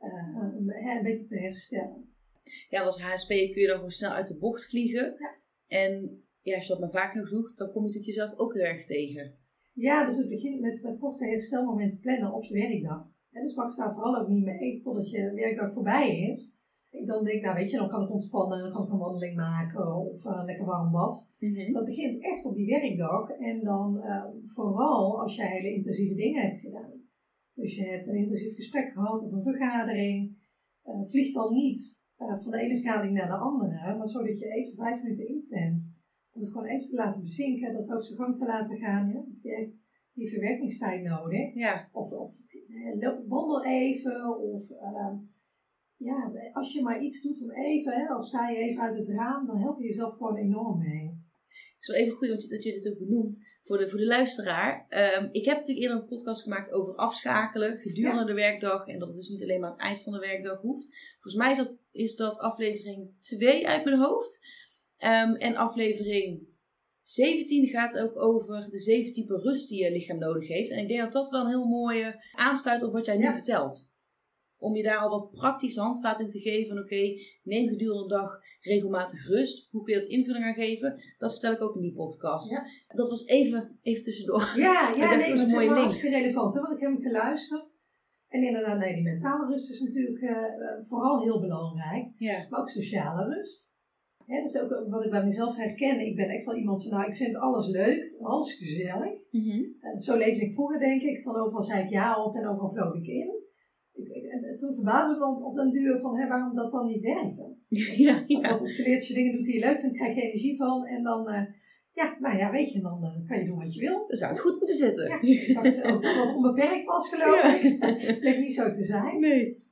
uh, en beter te herstellen. Ja, als H S P kun je dan gewoon snel uit de bocht vliegen. Ja. En ja, als je dat maar vaak genoeg doet, dan kom je natuurlijk jezelf ook heel erg tegen. Ja, dus het begint met, met korte herstelmomenten plannen op je werkdag. En dus wacht daar vooral ook niet mee totdat je werkdag voorbij is. En dan denk ik, nou weet je, dan kan ik ontspannen, dan kan ik een wandeling maken of uh, een lekker warm bad. Mm-hmm. Dat begint echt op die werkdag. En dan uh, vooral als je hele intensieve dingen hebt gedaan. Dus je hebt een intensief gesprek gehad of een vergadering. Uh, vlieg dan niet uh, van de ene vergadering naar de andere, maar zodat je even vijf minuten inplant. Om het gewoon even te laten bezinken, dat hoofd zijn gang te laten gaan. Ja? Want je heeft die verwerkingstijd nodig. Ja. Of, of wandel even, of uh, ja, als je maar iets doet om even, hè, als sta je even uit het raam, dan help je jezelf gewoon enorm mee. Het is wel even goed dat je dit ook benoemt voor de, voor de luisteraar. Um, ik heb natuurlijk eerder een podcast gemaakt over afschakelen gedurende ja. de werkdag en dat het dus niet alleen maar aan het eind van de werkdag hoeft. Volgens mij is dat, is dat aflevering twee uit mijn hoofd. Um, en aflevering zeventien gaat ook over de zeven typen rust die je lichaam nodig heeft. En ik denk dat dat wel een heel mooie aansluit op wat jij nu ja. vertelt. Om je daar al wat praktische handvaten in te geven. Oké, okay, neem gedurende de dag regelmatig rust. Hoe kun je dat invulling gaan geven? Dat vertel ik ook in die podcast. Ja. Dat was even, even tussendoor. Ja, ja nee, dat is een mooie link. Hartstikke relevant. Hè? Want ik heb hem geluisterd. En inderdaad, nee, die mentale rust is natuurlijk uh, vooral heel belangrijk. Ja. Maar ook sociale rust. Hè, dus ook wat ik bij mezelf herken. Ik ben echt wel iemand van, nou, ik vind alles leuk. Alles gezellig. Mm-hmm. Uh, zo leefde ik vroeger, denk ik. Van overal zei ik ja op en overal vloog ik in. Ik, ik, en toen verbaasde ik me op, op den duur van hè, waarom dat dan niet werkte. Ja, ja. Want het geleerd als je dingen doet die je leuk vindt, krijg je energie van. En dan, uh, ja, nou ja, weet je, dan uh, kan je doen wat je wil. Dan zou het goed moeten zitten. Ja, ik dacht ook dat dat onbeperkt was, geloof ik. Ja. Dat bleek niet zo te zijn. Nee.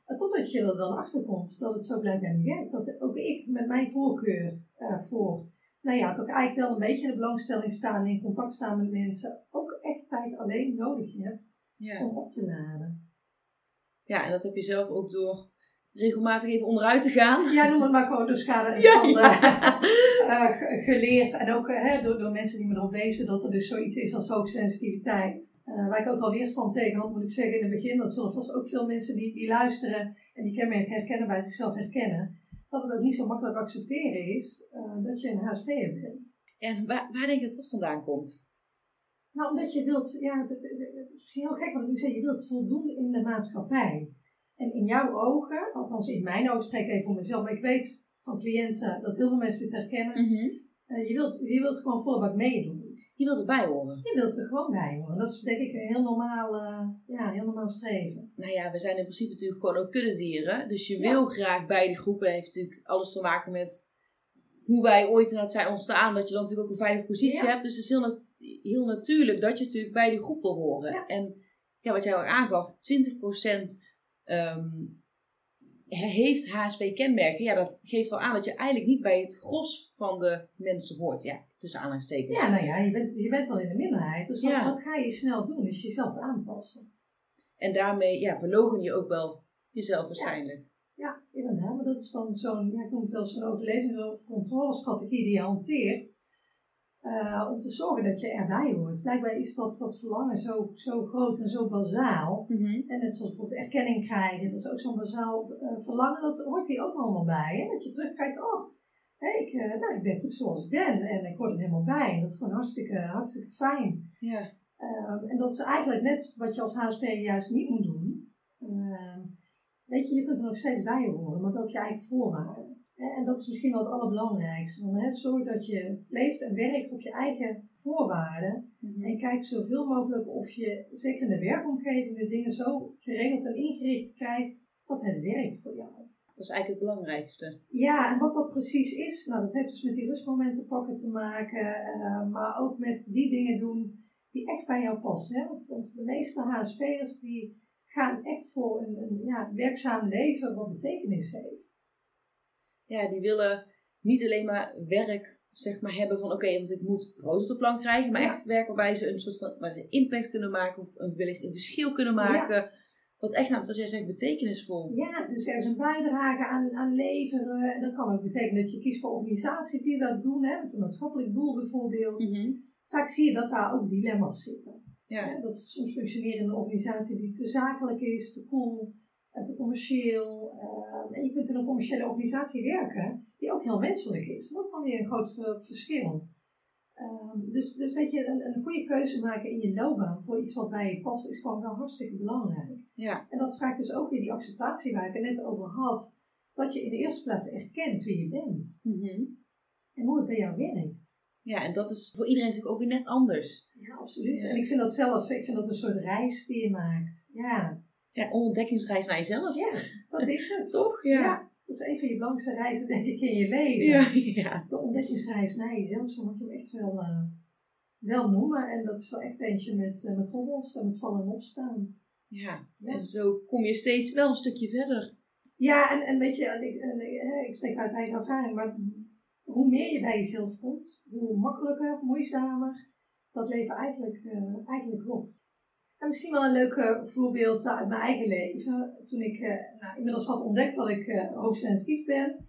Totdat je er dan achter komt dat het zo blijkbaar niet werkt. Dat ook ik met mijn voorkeur uh, voor, nou ja, toch eigenlijk wel een beetje in de belangstelling staan, in contact staan met mensen, ook echt tijd alleen nodig heb ja. om op te laden. Ja, en dat heb je zelf ook door regelmatig even onderuit te gaan. Ja, noem het maar gewoon door schade en schande ja, ja. uh, geleerd. En ook uh, hè, door, door mensen die me erop wezen dat er dus zoiets is als hoogsensitiviteit. Uh, waar ik ook al weerstand tegen had, moet ik zeggen in het begin. Dat zullen vast ook veel mensen die, die luisteren en die kenmerken herkennen bij zichzelf herkennen. Dat het ook niet zo makkelijk accepteren is uh, dat je een H S P'er bent. En waar, waar denk je dat dat vandaan komt? Nou, omdat je wilt, ja, het is misschien heel gek wat ik nu zeg, je wilt voldoen in de maatschappij. En in jouw ogen, althans in mijn ogen, spreek ik even voor mezelf, maar ik weet van cliënten dat heel veel mensen dit herkennen. Mm-hmm. Uh, je, wilt, je wilt gewoon volle bak meedoen. Je wilt erbij horen. Je wilt er gewoon bij horen. Dat is denk ik een heel normaal, uh, ja, heel normaal streven. Nou ja, we zijn in principe natuurlijk gewoon ook kuddedieren. Dus je wil ja. graag bij de groepen. Dat heeft natuurlijk alles te maken met hoe wij ooit inderdaad zijn ontstaan. Dat je dan natuurlijk ook een veilige positie ja. hebt. Dus het is heel, na- heel natuurlijk dat je natuurlijk bij de groep wil horen. Ja. En ja, wat jij al aangaf, twintig procent Um, heeft H S P-kenmerken. Ja, dat geeft al aan dat je eigenlijk niet bij het gros van de mensen hoort. Ja, tussen aanhalingstekens. Ja, nou ja, je bent, je bent wel in de minderheid. Dus wat, ja. wat ga je snel doen? Is jezelf aanpassen. En daarmee ja, verloochen je ook wel jezelf waarschijnlijk. Ja, ja inderdaad. Maar dat is dan zo'n, ja, ik noem het wel zo'n overlevings- of controlestrategie die je hanteert. Uh, om te zorgen dat je erbij hoort. Blijkbaar is dat, dat verlangen zo, zo groot en zo bazaal. Mm-hmm. En net zoals bijvoorbeeld erkenning krijgen. Dat is ook zo'n bazaal uh, verlangen. Dat hoort hier ook allemaal bij. Hè? Dat je terugkijkt. Oh, hey, ik, uh, nou, ik ben goed zoals ik ben. En ik hoor er helemaal bij. En dat is gewoon hartstikke, hartstikke fijn. Yeah. Uh, en dat is eigenlijk net wat je als H S P'er juist niet moet doen. Uh, weet je, je kunt er nog steeds bij horen. Maar dat op je eigen voorwaarden. En dat is misschien wel het allerbelangrijkste. Want, hè, zorg dat je leeft en werkt op je eigen voorwaarden. Mm-hmm. En kijk zoveel mogelijk of je, zeker in de werkomgeving, de dingen zo geregeld en ingericht krijgt dat het werkt voor jou. Dat is eigenlijk het belangrijkste. Ja, en wat dat precies is, nou dat heeft dus met die rustmomenten pakken te maken. Uh, maar ook met die dingen doen die echt bij jou passen. Hè? Want, want de meeste H S P'ers die gaan echt voor een, een ja, werkzaam leven wat betekenis heeft. Ja, die willen niet alleen maar werk zeg maar, hebben van oké, okay, want ik moet brood op de plank krijgen. Maar ja. echt werk waarbij ze een soort van waar ze impact kunnen maken of een, wellicht een verschil kunnen maken. Ja. Wat echt, nou, wat jij zegt, betekenisvol. Ja, dus ergens een bijdrage aan, aan leveren. En dat kan ook betekenen dat je kiest voor organisaties die dat doen. Hè, met een maatschappelijk doel bijvoorbeeld. Mm-hmm. Vaak zie je dat daar ook dilemma's zitten. Ja. Ja, dat soms functioneren in een organisatie die te zakelijk is, te cool, te commercieel. Uh, en je kunt in een commerciële organisatie werken die ook heel menselijk is. Dat is dan weer een groot v- verschil. Um, dus, dus weet je, een, een goede keuze maken in je loopbaan voor iets wat bij je past is gewoon wel hartstikke belangrijk. Ja. En dat vraagt dus ook weer die acceptatie waar ik het net over had. Dat je in de eerste plaats erkent wie je bent. Mm-hmm. En hoe het bij jou werkt. Ja, en dat is voor iedereen natuurlijk ook weer net anders. Ja, absoluut. Ja. En ik vind dat zelf, ik vind dat een soort reis die je maakt. Ja. Ja, ontdekkingsreis naar jezelf. Ja, dat is het. Toch? Ja. Ja. Dat is een van je belangrijkste reizen, denk ik, in je leven. Ja, ja. De ontdekkingsreis naar jezelf, zo moet je hem echt wel, uh, wel noemen. En dat is wel echt eentje met, uh, met hobbels en met vallen en opstaan. Ja, ja, en zo kom je steeds wel een stukje verder. Ja, en, en weet je, en ik, en, uh, ik spreek uit eigen ervaring, maar hoe meer je bij jezelf komt, hoe makkelijker, moeizamer dat leven eigenlijk, uh, eigenlijk wordt. En misschien wel een leuk voorbeeld uit mijn eigen leven. Toen ik uh, nou, inmiddels had ontdekt dat ik uh, hoogsensitief ben,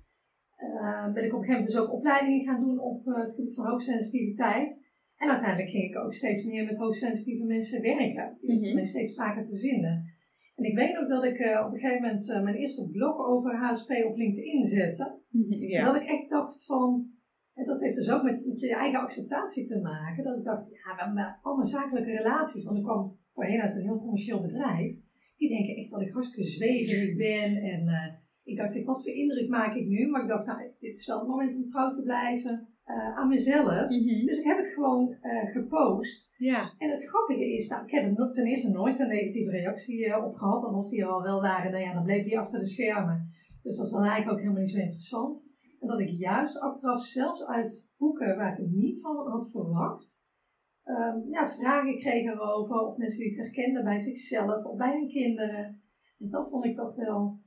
uh, ben ik op een gegeven moment dus ook opleidingen gaan doen op uh, het gebied van hoogsensitiviteit. En uiteindelijk ging ik ook steeds meer met hoogsensitieve mensen werken. Die mm-hmm. is steeds vaker te vinden. En ik weet ook dat ik uh, op een gegeven moment uh, mijn eerste blog over H S P op LinkedIn zette. Mm-hmm, ja. En dat ik echt dacht van, en dat heeft dus ook met, met je eigen acceptatie te maken. Dat ik dacht, ja, met al mijn zakelijke relaties, want ik kwam voorheen uit een heel commercieel bedrijf, die denken echt dat ik hartstikke zweverig ben. En uh, ik dacht, wat voor indruk maak ik nu? Maar ik dacht, nou, dit is wel het moment om trouw te blijven uh, aan mezelf. Mm-hmm. Dus ik heb het gewoon uh, gepost. Ja. En het grappige is, nou, ik heb er ten eerste nooit een negatieve reactie uh, op gehad. En als die er al wel waren, nou ja, dan bleef die achter de schermen. Dus dat is dan eigenlijk ook helemaal niet zo interessant. En dat ik juist achteraf, zelfs uit boeken waar ik het niet van had verwacht, Um, ja, vragen kregen erover of mensen die het herkenden bij zichzelf of bij hun kinderen. En dat vond ik toch wel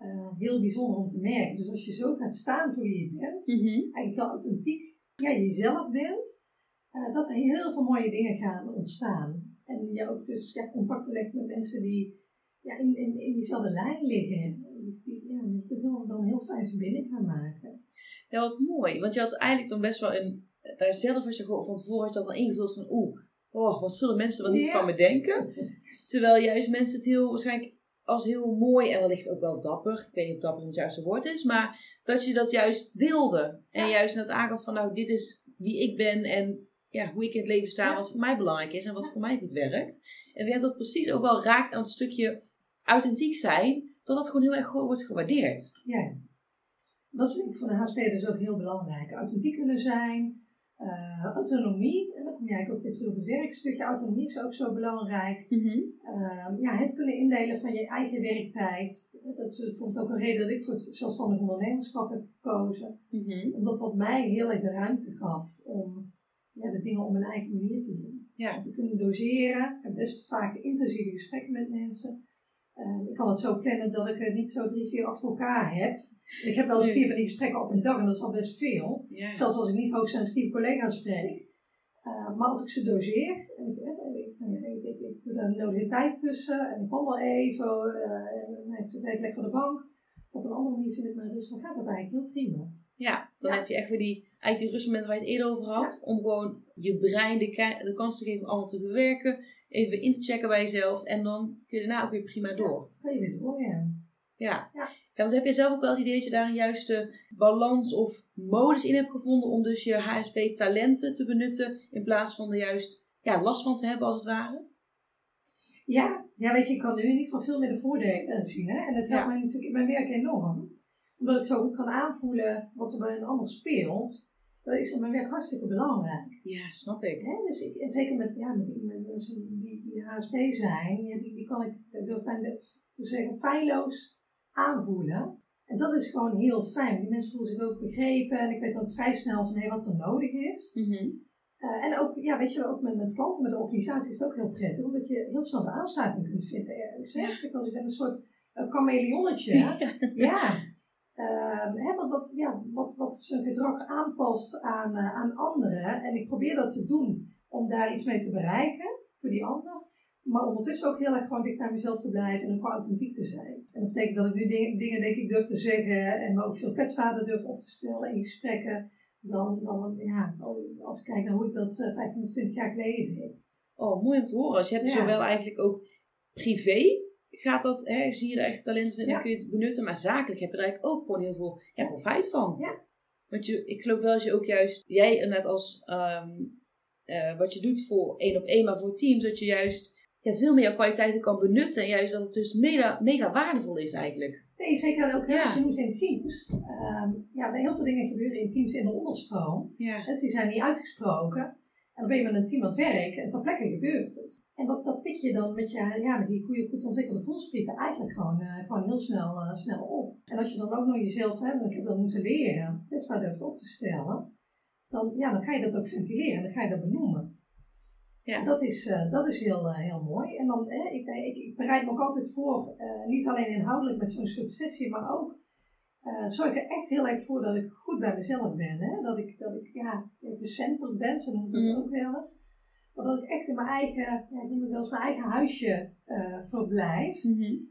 uh, heel bijzonder om te merken. Dus als je zo gaat staan voor wie je bent, mm-hmm. eigenlijk wel authentiek ja, jezelf bent, uh, dat er heel veel mooie dingen gaan ontstaan. En je ook dus ja, contacten legt met mensen die ja, in, in, in diezelfde lijn liggen. Dus die, ja, je kunt heel, dan een heel fijn verbinding gaan maken. Ja, wat mooi. Want je had eigenlijk dan best wel een... Daar zelf was je gewoon van tevoren had je dat dan ingevuld van... Oeh, oh, wat zullen mensen wel niet ja. van me denken? Terwijl juist mensen het heel waarschijnlijk als heel mooi en wellicht ook wel dapper... Ik weet niet of dapper het juiste woord is, maar dat je dat juist deelde. En ja. juist net aangaf van nou, dit is wie ik ben en ja, hoe ik in het leven sta, ja. wat voor mij belangrijk is en wat ja. voor mij goed werkt. En ik denk dat precies ook wel raakt aan het stukje authentiek zijn, dat dat gewoon heel erg wordt gewaardeerd. Ja, dat is denk ik voor de H S P dus ook heel belangrijk. Authentiek kunnen zijn, uh, autonomie, en dan kom je eigenlijk ook weer terug op het werk. Een stukje autonomie is ook zo belangrijk. Mm-hmm. Uh, ja, het kunnen indelen van je eigen werktijd. Dat is bijvoorbeeld ook een reden dat ik voor het zelfstandig ondernemerschap heb gekozen. Mm-hmm. Omdat dat mij heel erg de ruimte gaf om ja, de dingen op mijn eigen manier te doen. Ja. Te kunnen doseren. Ik heb best vaak intensieve gesprekken met mensen. Uh, ik kan het zo plannen dat ik het niet zo drie, vier achter elkaar heb. Ik heb wel eens vier van die gesprekken op een dag en dat is al best veel. Ja. Zelfs als ik niet hoogsensitieve collega's spreek. Uh, maar als ik ze doseer, en ik, ik, ik, ik, ik doe daar een nodige tijd tussen en ik wandel even, uh, en ik zit even lekker op de bank. Op een andere manier vind ik mijn rust, dan gaat dat eigenlijk heel prima. Ja, dan ja. heb je echt weer die, eigenlijk die rustmomenten waar je het eerder over had. Ja. Om gewoon je brein de, de kans te geven om allemaal te verwerken. Even in te checken bij jezelf. En dan kun je daarna ook weer prima door. Ja, kan je weer door, ja. Ja. ja. Ja, want heb je zelf ook wel het idee dat je daar een juiste balans of modus in hebt gevonden om dus je H S P-talenten te benutten in plaats van er juist ja, last van te hebben als het ware? Ja, ja, weet je, ik kan nu in ieder geval veel meer de voordelen zien. Hè? En dat helpt ja. mij natuurlijk in mijn werk enorm. Omdat ik zo goed kan aanvoelen wat er bij een ander speelt. Dat is in mijn werk hartstikke belangrijk. Ja, snap ik. Hè? Dus ik, en zeker met, ja, met, met mensen die, die H S P zijn, ja, die, die kan ik, ik durf bijna te zeggen, feilloos aanvoelen. En dat is gewoon heel fijn. Die mensen voelen zich ook begrepen. En ik weet dan vrij snel van hey, wat er nodig is. Mm-hmm. Uh, en ook, ja, weet je, ook met, met klanten, met de organisatie is het ook heel prettig. Omdat je heel snel de aansluiting kunt vinden ergens. Ja. Dus ik, als ik ben een soort uh, chameleonnetje. Ja. ja. Uh, hè, wat, wat, ja, wat, wat zijn gedrag aanpast aan, uh, aan anderen. En ik probeer dat te doen om daar iets mee te bereiken voor die ander. Maar ondertussen ook heel erg gewoon dicht bij mezelf te blijven en ook gewoon authentiek te zijn. En dat betekent dat ik nu dingen, dingen denk ik durf te zeggen en me ook veel kwetsbaarder durf op te stellen in gesprekken. Dan, dan ja, als ik kijk naar hoe ik dat uh, vijftien of twintig jaar geleden deed. Oh, mooi om te horen. Dus je hebt ja. zowel eigenlijk ook privé, gaat dat, hè, zie je er echt talent in en ja. kun je het benutten. Maar zakelijk heb je er eigenlijk ook gewoon heel veel ja, profijt van. Ja. Want je, ik geloof wel dat je ook juist, jij net als um, uh, wat je doet voor één op één, maar voor teams, dat je juist ja, veel meer jouw kwaliteiten kan benutten. En juist dat het dus mega, mega waardevol is eigenlijk. Nee, zeker. En ook ja. als je noemt in teams. Um, ja, heel veel dingen gebeuren in teams in de onderstroom. Ja. Dus die zijn niet uitgesproken. En dan ben je met een team aan het werk en ter plekke gebeurt het. En dat, dat pik je dan met, je, ja, met die goede, goed ontwikkelde voelsprieten eigenlijk gewoon, uh, gewoon heel snel, uh, snel op. En als je dan ook nog jezelf, hè, want ik heb dat moeten leren, kwetsbaar durft op te stellen. Dan, ja, dan ga je dat ook ventileren en dan ga je dat benoemen. Ja. Dat is, uh, dat is heel, uh, heel mooi. En dan, eh, ik, ik, ik bereid me ook altijd voor, uh, niet alleen inhoudelijk met zo'n soort sessie, maar ook uh, zorg ik er echt heel erg voor dat ik goed bij mezelf ben. Hè? Dat ik, dat ik ja, decenter ben, zo noem ik dat mm. ook wel eens. Maar dat ik echt in mijn eigen, ja, ik noem het wel eens mijn eigen huisje uh, verblijf. Mm-hmm.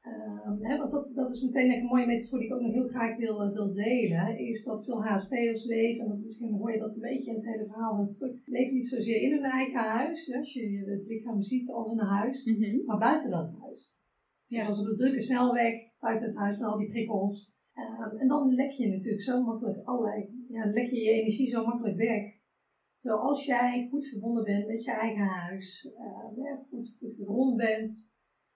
Um, hè, want dat, dat is meteen een mooie metafoor die ik ook nog heel graag wil, uh, wil delen. Is dat veel H S P'ers leven, en dat, misschien hoor je dat een beetje in het hele verhaal wel terug, leven niet zozeer in hun eigen huis. Hè, als je het lichaam ziet als een huis, mm-hmm. maar buiten dat huis. Ja. Zoals op de drukke snelweg, buiten het huis met al die prikkels. Um, en dan lek je natuurlijk zo makkelijk allerlei, ja, lek je je energie zo makkelijk weg. Terwijl als jij goed verbonden bent met je eigen huis, uh, ja, goed, goed gerond bent,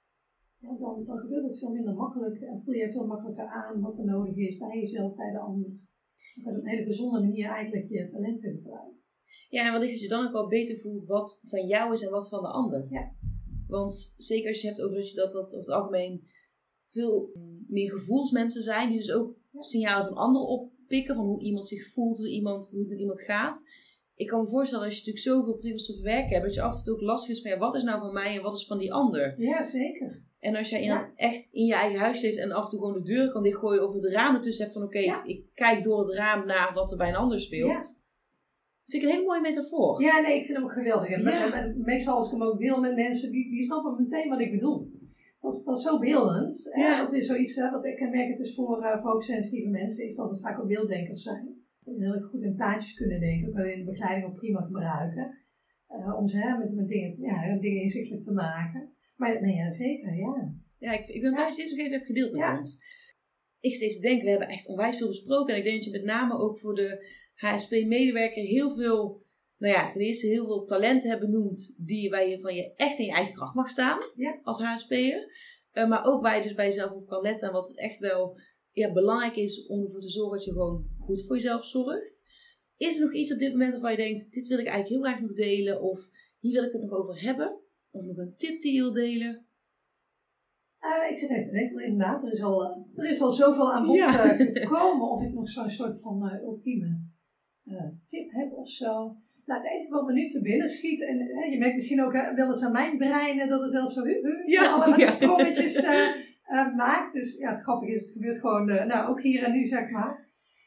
ja, dan, dan gebeurt het veel minder makkelijk en voel je veel makkelijker aan wat er nodig is bij jezelf, bij de ander. Dan kan je op een hele gezonde manier eigenlijk je talenten gebruiken. Ja, en wellicht als je dan ook wel beter voelt wat van jou is en wat van de ander. Ja. Want zeker als je hebt over dat je dat, dat over het algemeen veel meer gevoelsmensen zijn, die dus ook ja. signalen van anderen oppikken, van hoe iemand zich voelt, hoe, iemand, hoe het met iemand gaat. Ik kan me voorstellen als je natuurlijk zoveel prikkels te verwerken hebt, dat je af en toe ook lastig is van ja, wat is nou van mij en wat is van die ander. Ja, zeker. En als jij Ja. echt in je eigen huis leeft en af en toe gewoon de deuren kan dichtgooien of het raam ertussen hebt van oké, okay, ja. ik kijk door het raam naar wat er bij een ander speelt. Ja. Vind ik een hele mooie metafoor. Ja, nee, ik vind hem ook geweldig. En Ja. en meestal als ik hem ook deel met mensen, die, die snappen meteen wat ik bedoel. Dat is, dat is zo beeldend. Ja. En ook weer zoiets, hè, wat ik merk, het is voor, uh, voor hoogsensitieve mensen, is dat het vaak ook beelddenkers zijn. Die heel erg goed in plaatjes kunnen denken. Dat kunnen in de begeleiding ook prima gebruiken. Uh, om ze hè, met, met dingen, ja, dingen inzichtelijk te maken. Maar nee, ja, zeker, ja. Ja, ik, ik ben blij dat je dit ook even hebt gedeeld met ja. ons. Ik zit even te denken, we hebben echt onwijs veel besproken. En ik denk dat je met name ook voor de H S P-medewerker heel veel, nou ja, ten eerste heel veel talenten hebt benoemd die waar je van je echt in je eigen kracht mag staan Ja. als H S P'er. Uh, maar ook waar je dus bij jezelf op kan letten en wat echt wel ja, belangrijk is om ervoor te zorgen dat je gewoon goed voor jezelf zorgt. Is er nog iets op dit moment waarvan je denkt, dit wil ik eigenlijk heel graag nog delen of hier wil ik het nog over hebben? Of nog een tip die je wil delen? Uh, ik zit even te denken, inderdaad, er is al, er is al zoveel aan bod ja. uh, gekomen of ik nog zo'n soort van uh, ultieme uh, tip heb of zo. Nou, het enige wat me nu te binnen schiet, en uh, je merkt misschien ook uh, wel eens aan mijn brein dat het wel zo uh, uh, ja, allemaal ja. sprongetjes uh, uh, maakt. Dus ja, het grappige is, het gebeurt gewoon, uh, nou ook hier en nu zeg maar.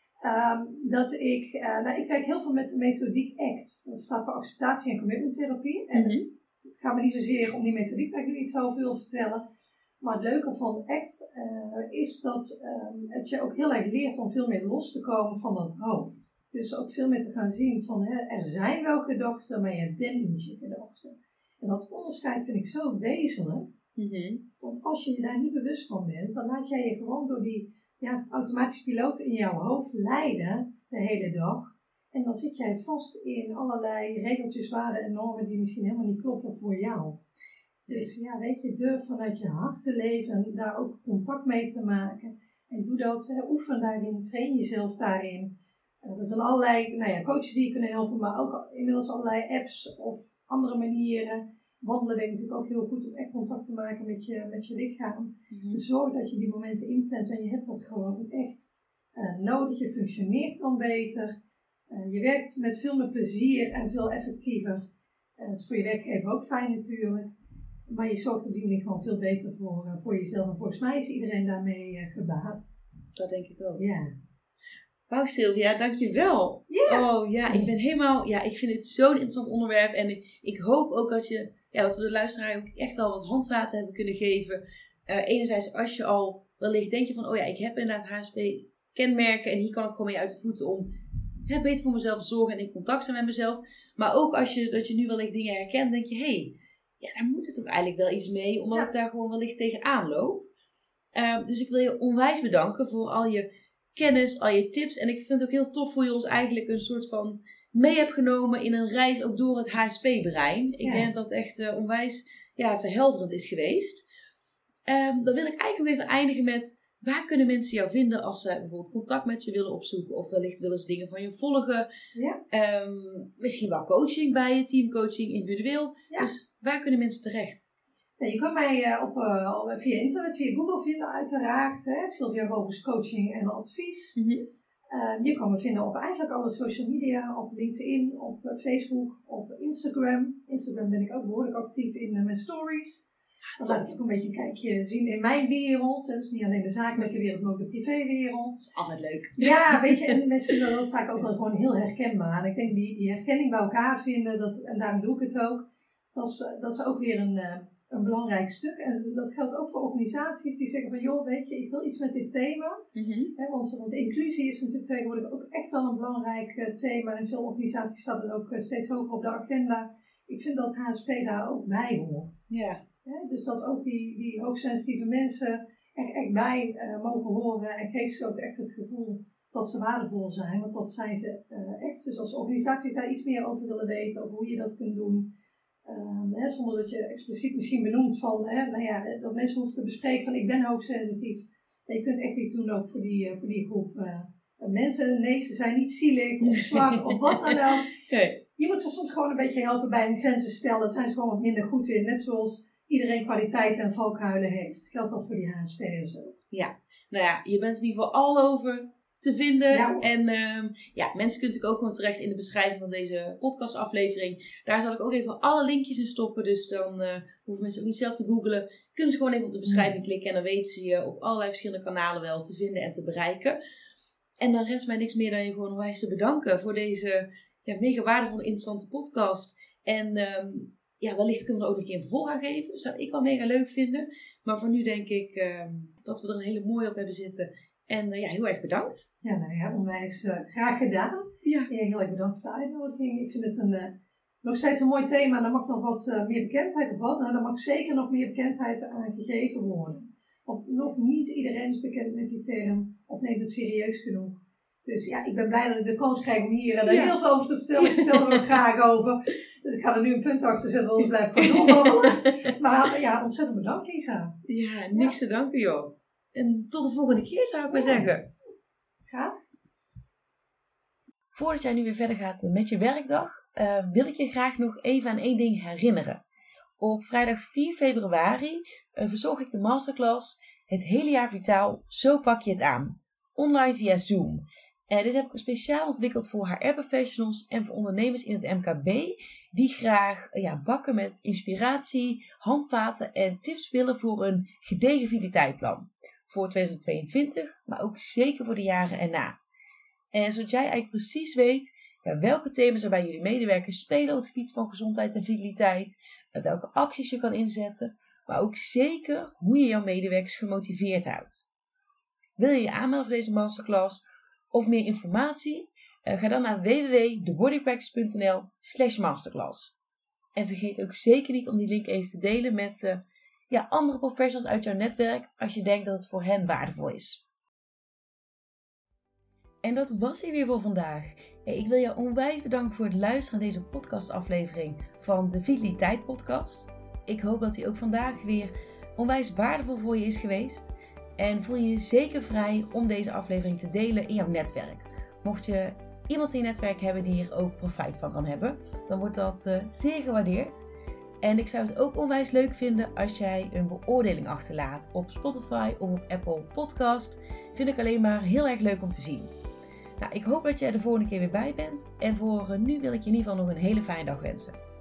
Um, dat ik, uh, nou ik werk heel veel met de methodiek A C T. Dat staat voor acceptatie en commitment therapie. En mm-hmm. het, het gaat me niet zozeer om die methodiek waar ik nu iets over wil vertellen. Maar het leuke van A C T uh, is dat um, het je ook heel erg leert om veel meer los te komen van dat hoofd. Dus ook veel meer te gaan zien van hè, er zijn wel gedachten, maar je bent niet je gedachten. En dat onderscheid vind ik zo wezenlijk. Mm-hmm. Want als je je daar niet bewust van bent, dan laat jij je gewoon door die ja, automatische piloot in jouw hoofd leiden de hele dag. En dan zit jij vast in allerlei regeltjes, waarden en normen die misschien helemaal niet kloppen voor jou. Dus ja, weet je, durf vanuit je hart te leven en daar ook contact mee te maken. En doe dat, hè, oefen daarin, train jezelf daarin. Uh, er zijn allerlei nou ja, coaches die je kunnen helpen, maar ook inmiddels allerlei apps of andere manieren. Wandelen weet natuurlijk ook heel goed om echt contact te maken met je, met je lichaam. Mm-hmm. Dus zorg dat je die momenten inplant en je hebt dat gewoon echt uh, nodig. Je functioneert dan beter. Uh, je werkt met veel meer plezier en veel effectiever. Uh, dat is voor je werkgever ook fijn natuurlijk. Maar je zorgt op die manier gewoon veel beter voor, uh, voor jezelf. En volgens mij is iedereen daarmee uh, gebaat. Dat denk ik ook. Ja. Wauw Sylvia, dankjewel. Yeah. Oh ja, ik ben helemaal, ja, ik vind het zo'n interessant onderwerp. En ik, ik hoop ook dat, je, ja, dat we de luisteraar ook echt al wat handvaten hebben kunnen geven. Uh, enerzijds als je al wellicht denk je van, oh ja, ik heb inderdaad H S P-kenmerken. En hier kan ik gewoon mee uit de voeten om hè, beter voor mezelf te zorgen en in contact zijn met mezelf. Maar ook als je, dat je nu wellicht dingen herkent, denk je, hé, hey, ja, daar moet er toch eigenlijk wel iets mee. Omdat ja. ik daar gewoon wellicht tegenaan loop. Uh, dus ik wil je onwijs bedanken voor al je kennis, al je tips. En ik vind het ook heel tof hoe je ons eigenlijk een soort van mee hebt genomen in een reis ook door het H S P-brein. Ik ja. denk dat het echt uh, onwijs ja, verhelderend is geweest. Um, dan wil ik eigenlijk nog even eindigen met, waar kunnen mensen jou vinden als ze bijvoorbeeld contact met je willen opzoeken? Of wellicht willen ze dingen van je volgen. Ja. Um, misschien wel coaching bij je, teamcoaching individueel. Ja. Dus waar kunnen mensen terecht? Nou, je kan mij uh, op, uh, via internet, via Google vinden uiteraard. Hè? Sylvia Rovers Coaching en Advies. Mm-hmm. Uh, je kan me vinden op eigenlijk alle social media. Op LinkedIn, op uh, Facebook, op Instagram. Instagram ben ik ook behoorlijk actief in uh, mijn stories. Dan laat ik ook een beetje een kijkje zien in mijn wereld. Dus niet alleen de zakelijke wereld, maar ook de privéwereld. Dat is altijd leuk. Ja, weet je, en mensen vinden dat vaak ook wel gewoon heel herkenbaar. En ik denk die, die herkenning bij elkaar vinden, dat, en daarom doe ik het ook. Dat is, dat is ook weer een, een belangrijk stuk. En dat geldt ook voor organisaties die zeggen van, joh, weet je, ik wil iets met dit thema. Mm-hmm. He, want, want inclusie is natuurlijk tegenwoordig ook echt wel een belangrijk uh, thema. En in veel organisaties staat het ook uh, steeds hoger op de agenda. Ik vind dat H S P daar ook bij hoort. Ja. He, dus dat ook die, die hoogsensitieve mensen er echt bij uh, mogen horen. En geef ze ook echt het gevoel dat ze waardevol zijn. Want dat zijn ze uh, echt. Dus als organisaties daar iets meer over willen weten, over hoe je dat kunt doen. Um, he, zonder dat je expliciet misschien benoemt van, he, nou ja, dat mensen hoeven te bespreken van ik ben hoogsensitief. En je kunt echt iets doen ook voor die, uh, voor die groep uh, mensen. Nee, ze zijn niet zielig of zwak of wat dan ook. Okay. Je moet ze soms gewoon een beetje helpen bij hun grenzen stellen. Dat zijn ze gewoon wat minder goed in. Net zoals iedereen kwaliteiten en valkuilen heeft. Geldt dat voor die H S P'ers ook? Ja, nou ja, je bent in ieder geval all over te vinden. Ja. En um, ja, mensen kunnen natuurlijk ook gewoon terecht in de beschrijving van deze podcastaflevering. Daar zal ik ook even alle linkjes in stoppen. Dus dan uh, hoeven mensen ook niet zelf te googlen. Kunnen ze gewoon even op de beschrijving klikken. En dan weten ze je op allerlei verschillende kanalen wel te vinden en te bereiken. En dan rest mij niks meer dan je gewoon onwijs te bedanken voor deze ja, mega waardevolle, interessante podcast. En um, ja, wellicht kunnen we er ook een keer een vervolg aan geven. Dat zou ik wel mega leuk vinden. Maar voor nu denk ik um, dat we er een hele mooie op hebben zitten. En uh, ja, heel erg bedankt. Ja, nou ja, onwijs uh, graag gedaan. Ja. Ja, heel erg bedankt voor de uitnodiging. Ik vind het een, uh, nog steeds een mooi thema. Daar mag nog wat uh, meer bekendheid of wat. Nou, daar mag zeker nog meer bekendheid aan gegeven worden. Want nog niet iedereen is bekend met die term. Of neemt het serieus genoeg. Dus ja, ik ben blij dat ik de kans krijg om hier uh, ja. heel veel over te vertellen. Ik vertel er ook graag over. Dus ik ga er nu een punt achter zetten, anders blijf ik gewoon doorbabbelen. Maar ja, ontzettend bedankt, Lisa. Ja, niks ja. te danken, joh. En tot de volgende keer, zou ik maar ja. zeggen. Graag. Voordat jij nu weer verder gaat met je werkdag, uh, wil ik je graag nog even aan één ding herinneren. Op vrijdag vier februari uh, verzorg ik de masterclass Het hele jaar vitaal, zo pak je het aan. Online via Zoom. Uh, dit heb ik speciaal ontwikkeld voor H R-professionals en voor ondernemers in het M K B die graag uh, ja, bakken met inspiratie, handvaten en tips willen voor een gedegen vitaliteitsplan. Voor twintig tweeëntwintig, maar ook zeker voor de jaren erna. En zodat jij eigenlijk precies weet ja, welke thema's er bij jullie medewerkers spelen op het gebied van gezondheid en vitaliteit, uh, welke acties je kan inzetten, maar ook zeker hoe je jouw medewerkers gemotiveerd houdt. Wil je je aanmelden voor deze masterclass of meer informatie? Uh, ga dan naar w w w punt the body practice punt n l slash masterclass. En vergeet ook zeker niet om die link even te delen met uh, ja, andere professionals uit jouw netwerk als je denkt dat het voor hen waardevol is. En dat was hij weer voor vandaag. Ik wil jou onwijs bedanken voor het luisteren naar deze podcastaflevering van de Vitaliteit Podcast. Ik hoop dat die ook vandaag weer onwijs waardevol voor je is geweest. En voel je je zeker vrij om deze aflevering te delen in jouw netwerk. Mocht je iemand in je netwerk hebben die hier ook profijt van kan hebben, dan wordt dat uh, zeer gewaardeerd. En ik zou het ook onwijs leuk vinden als jij een beoordeling achterlaat op Spotify of op Apple Podcast. Vind ik alleen maar heel erg leuk om te zien. Nou, ik hoop dat jij de volgende keer weer bij bent. En voor nu wil ik je in ieder geval nog een hele fijne dag wensen.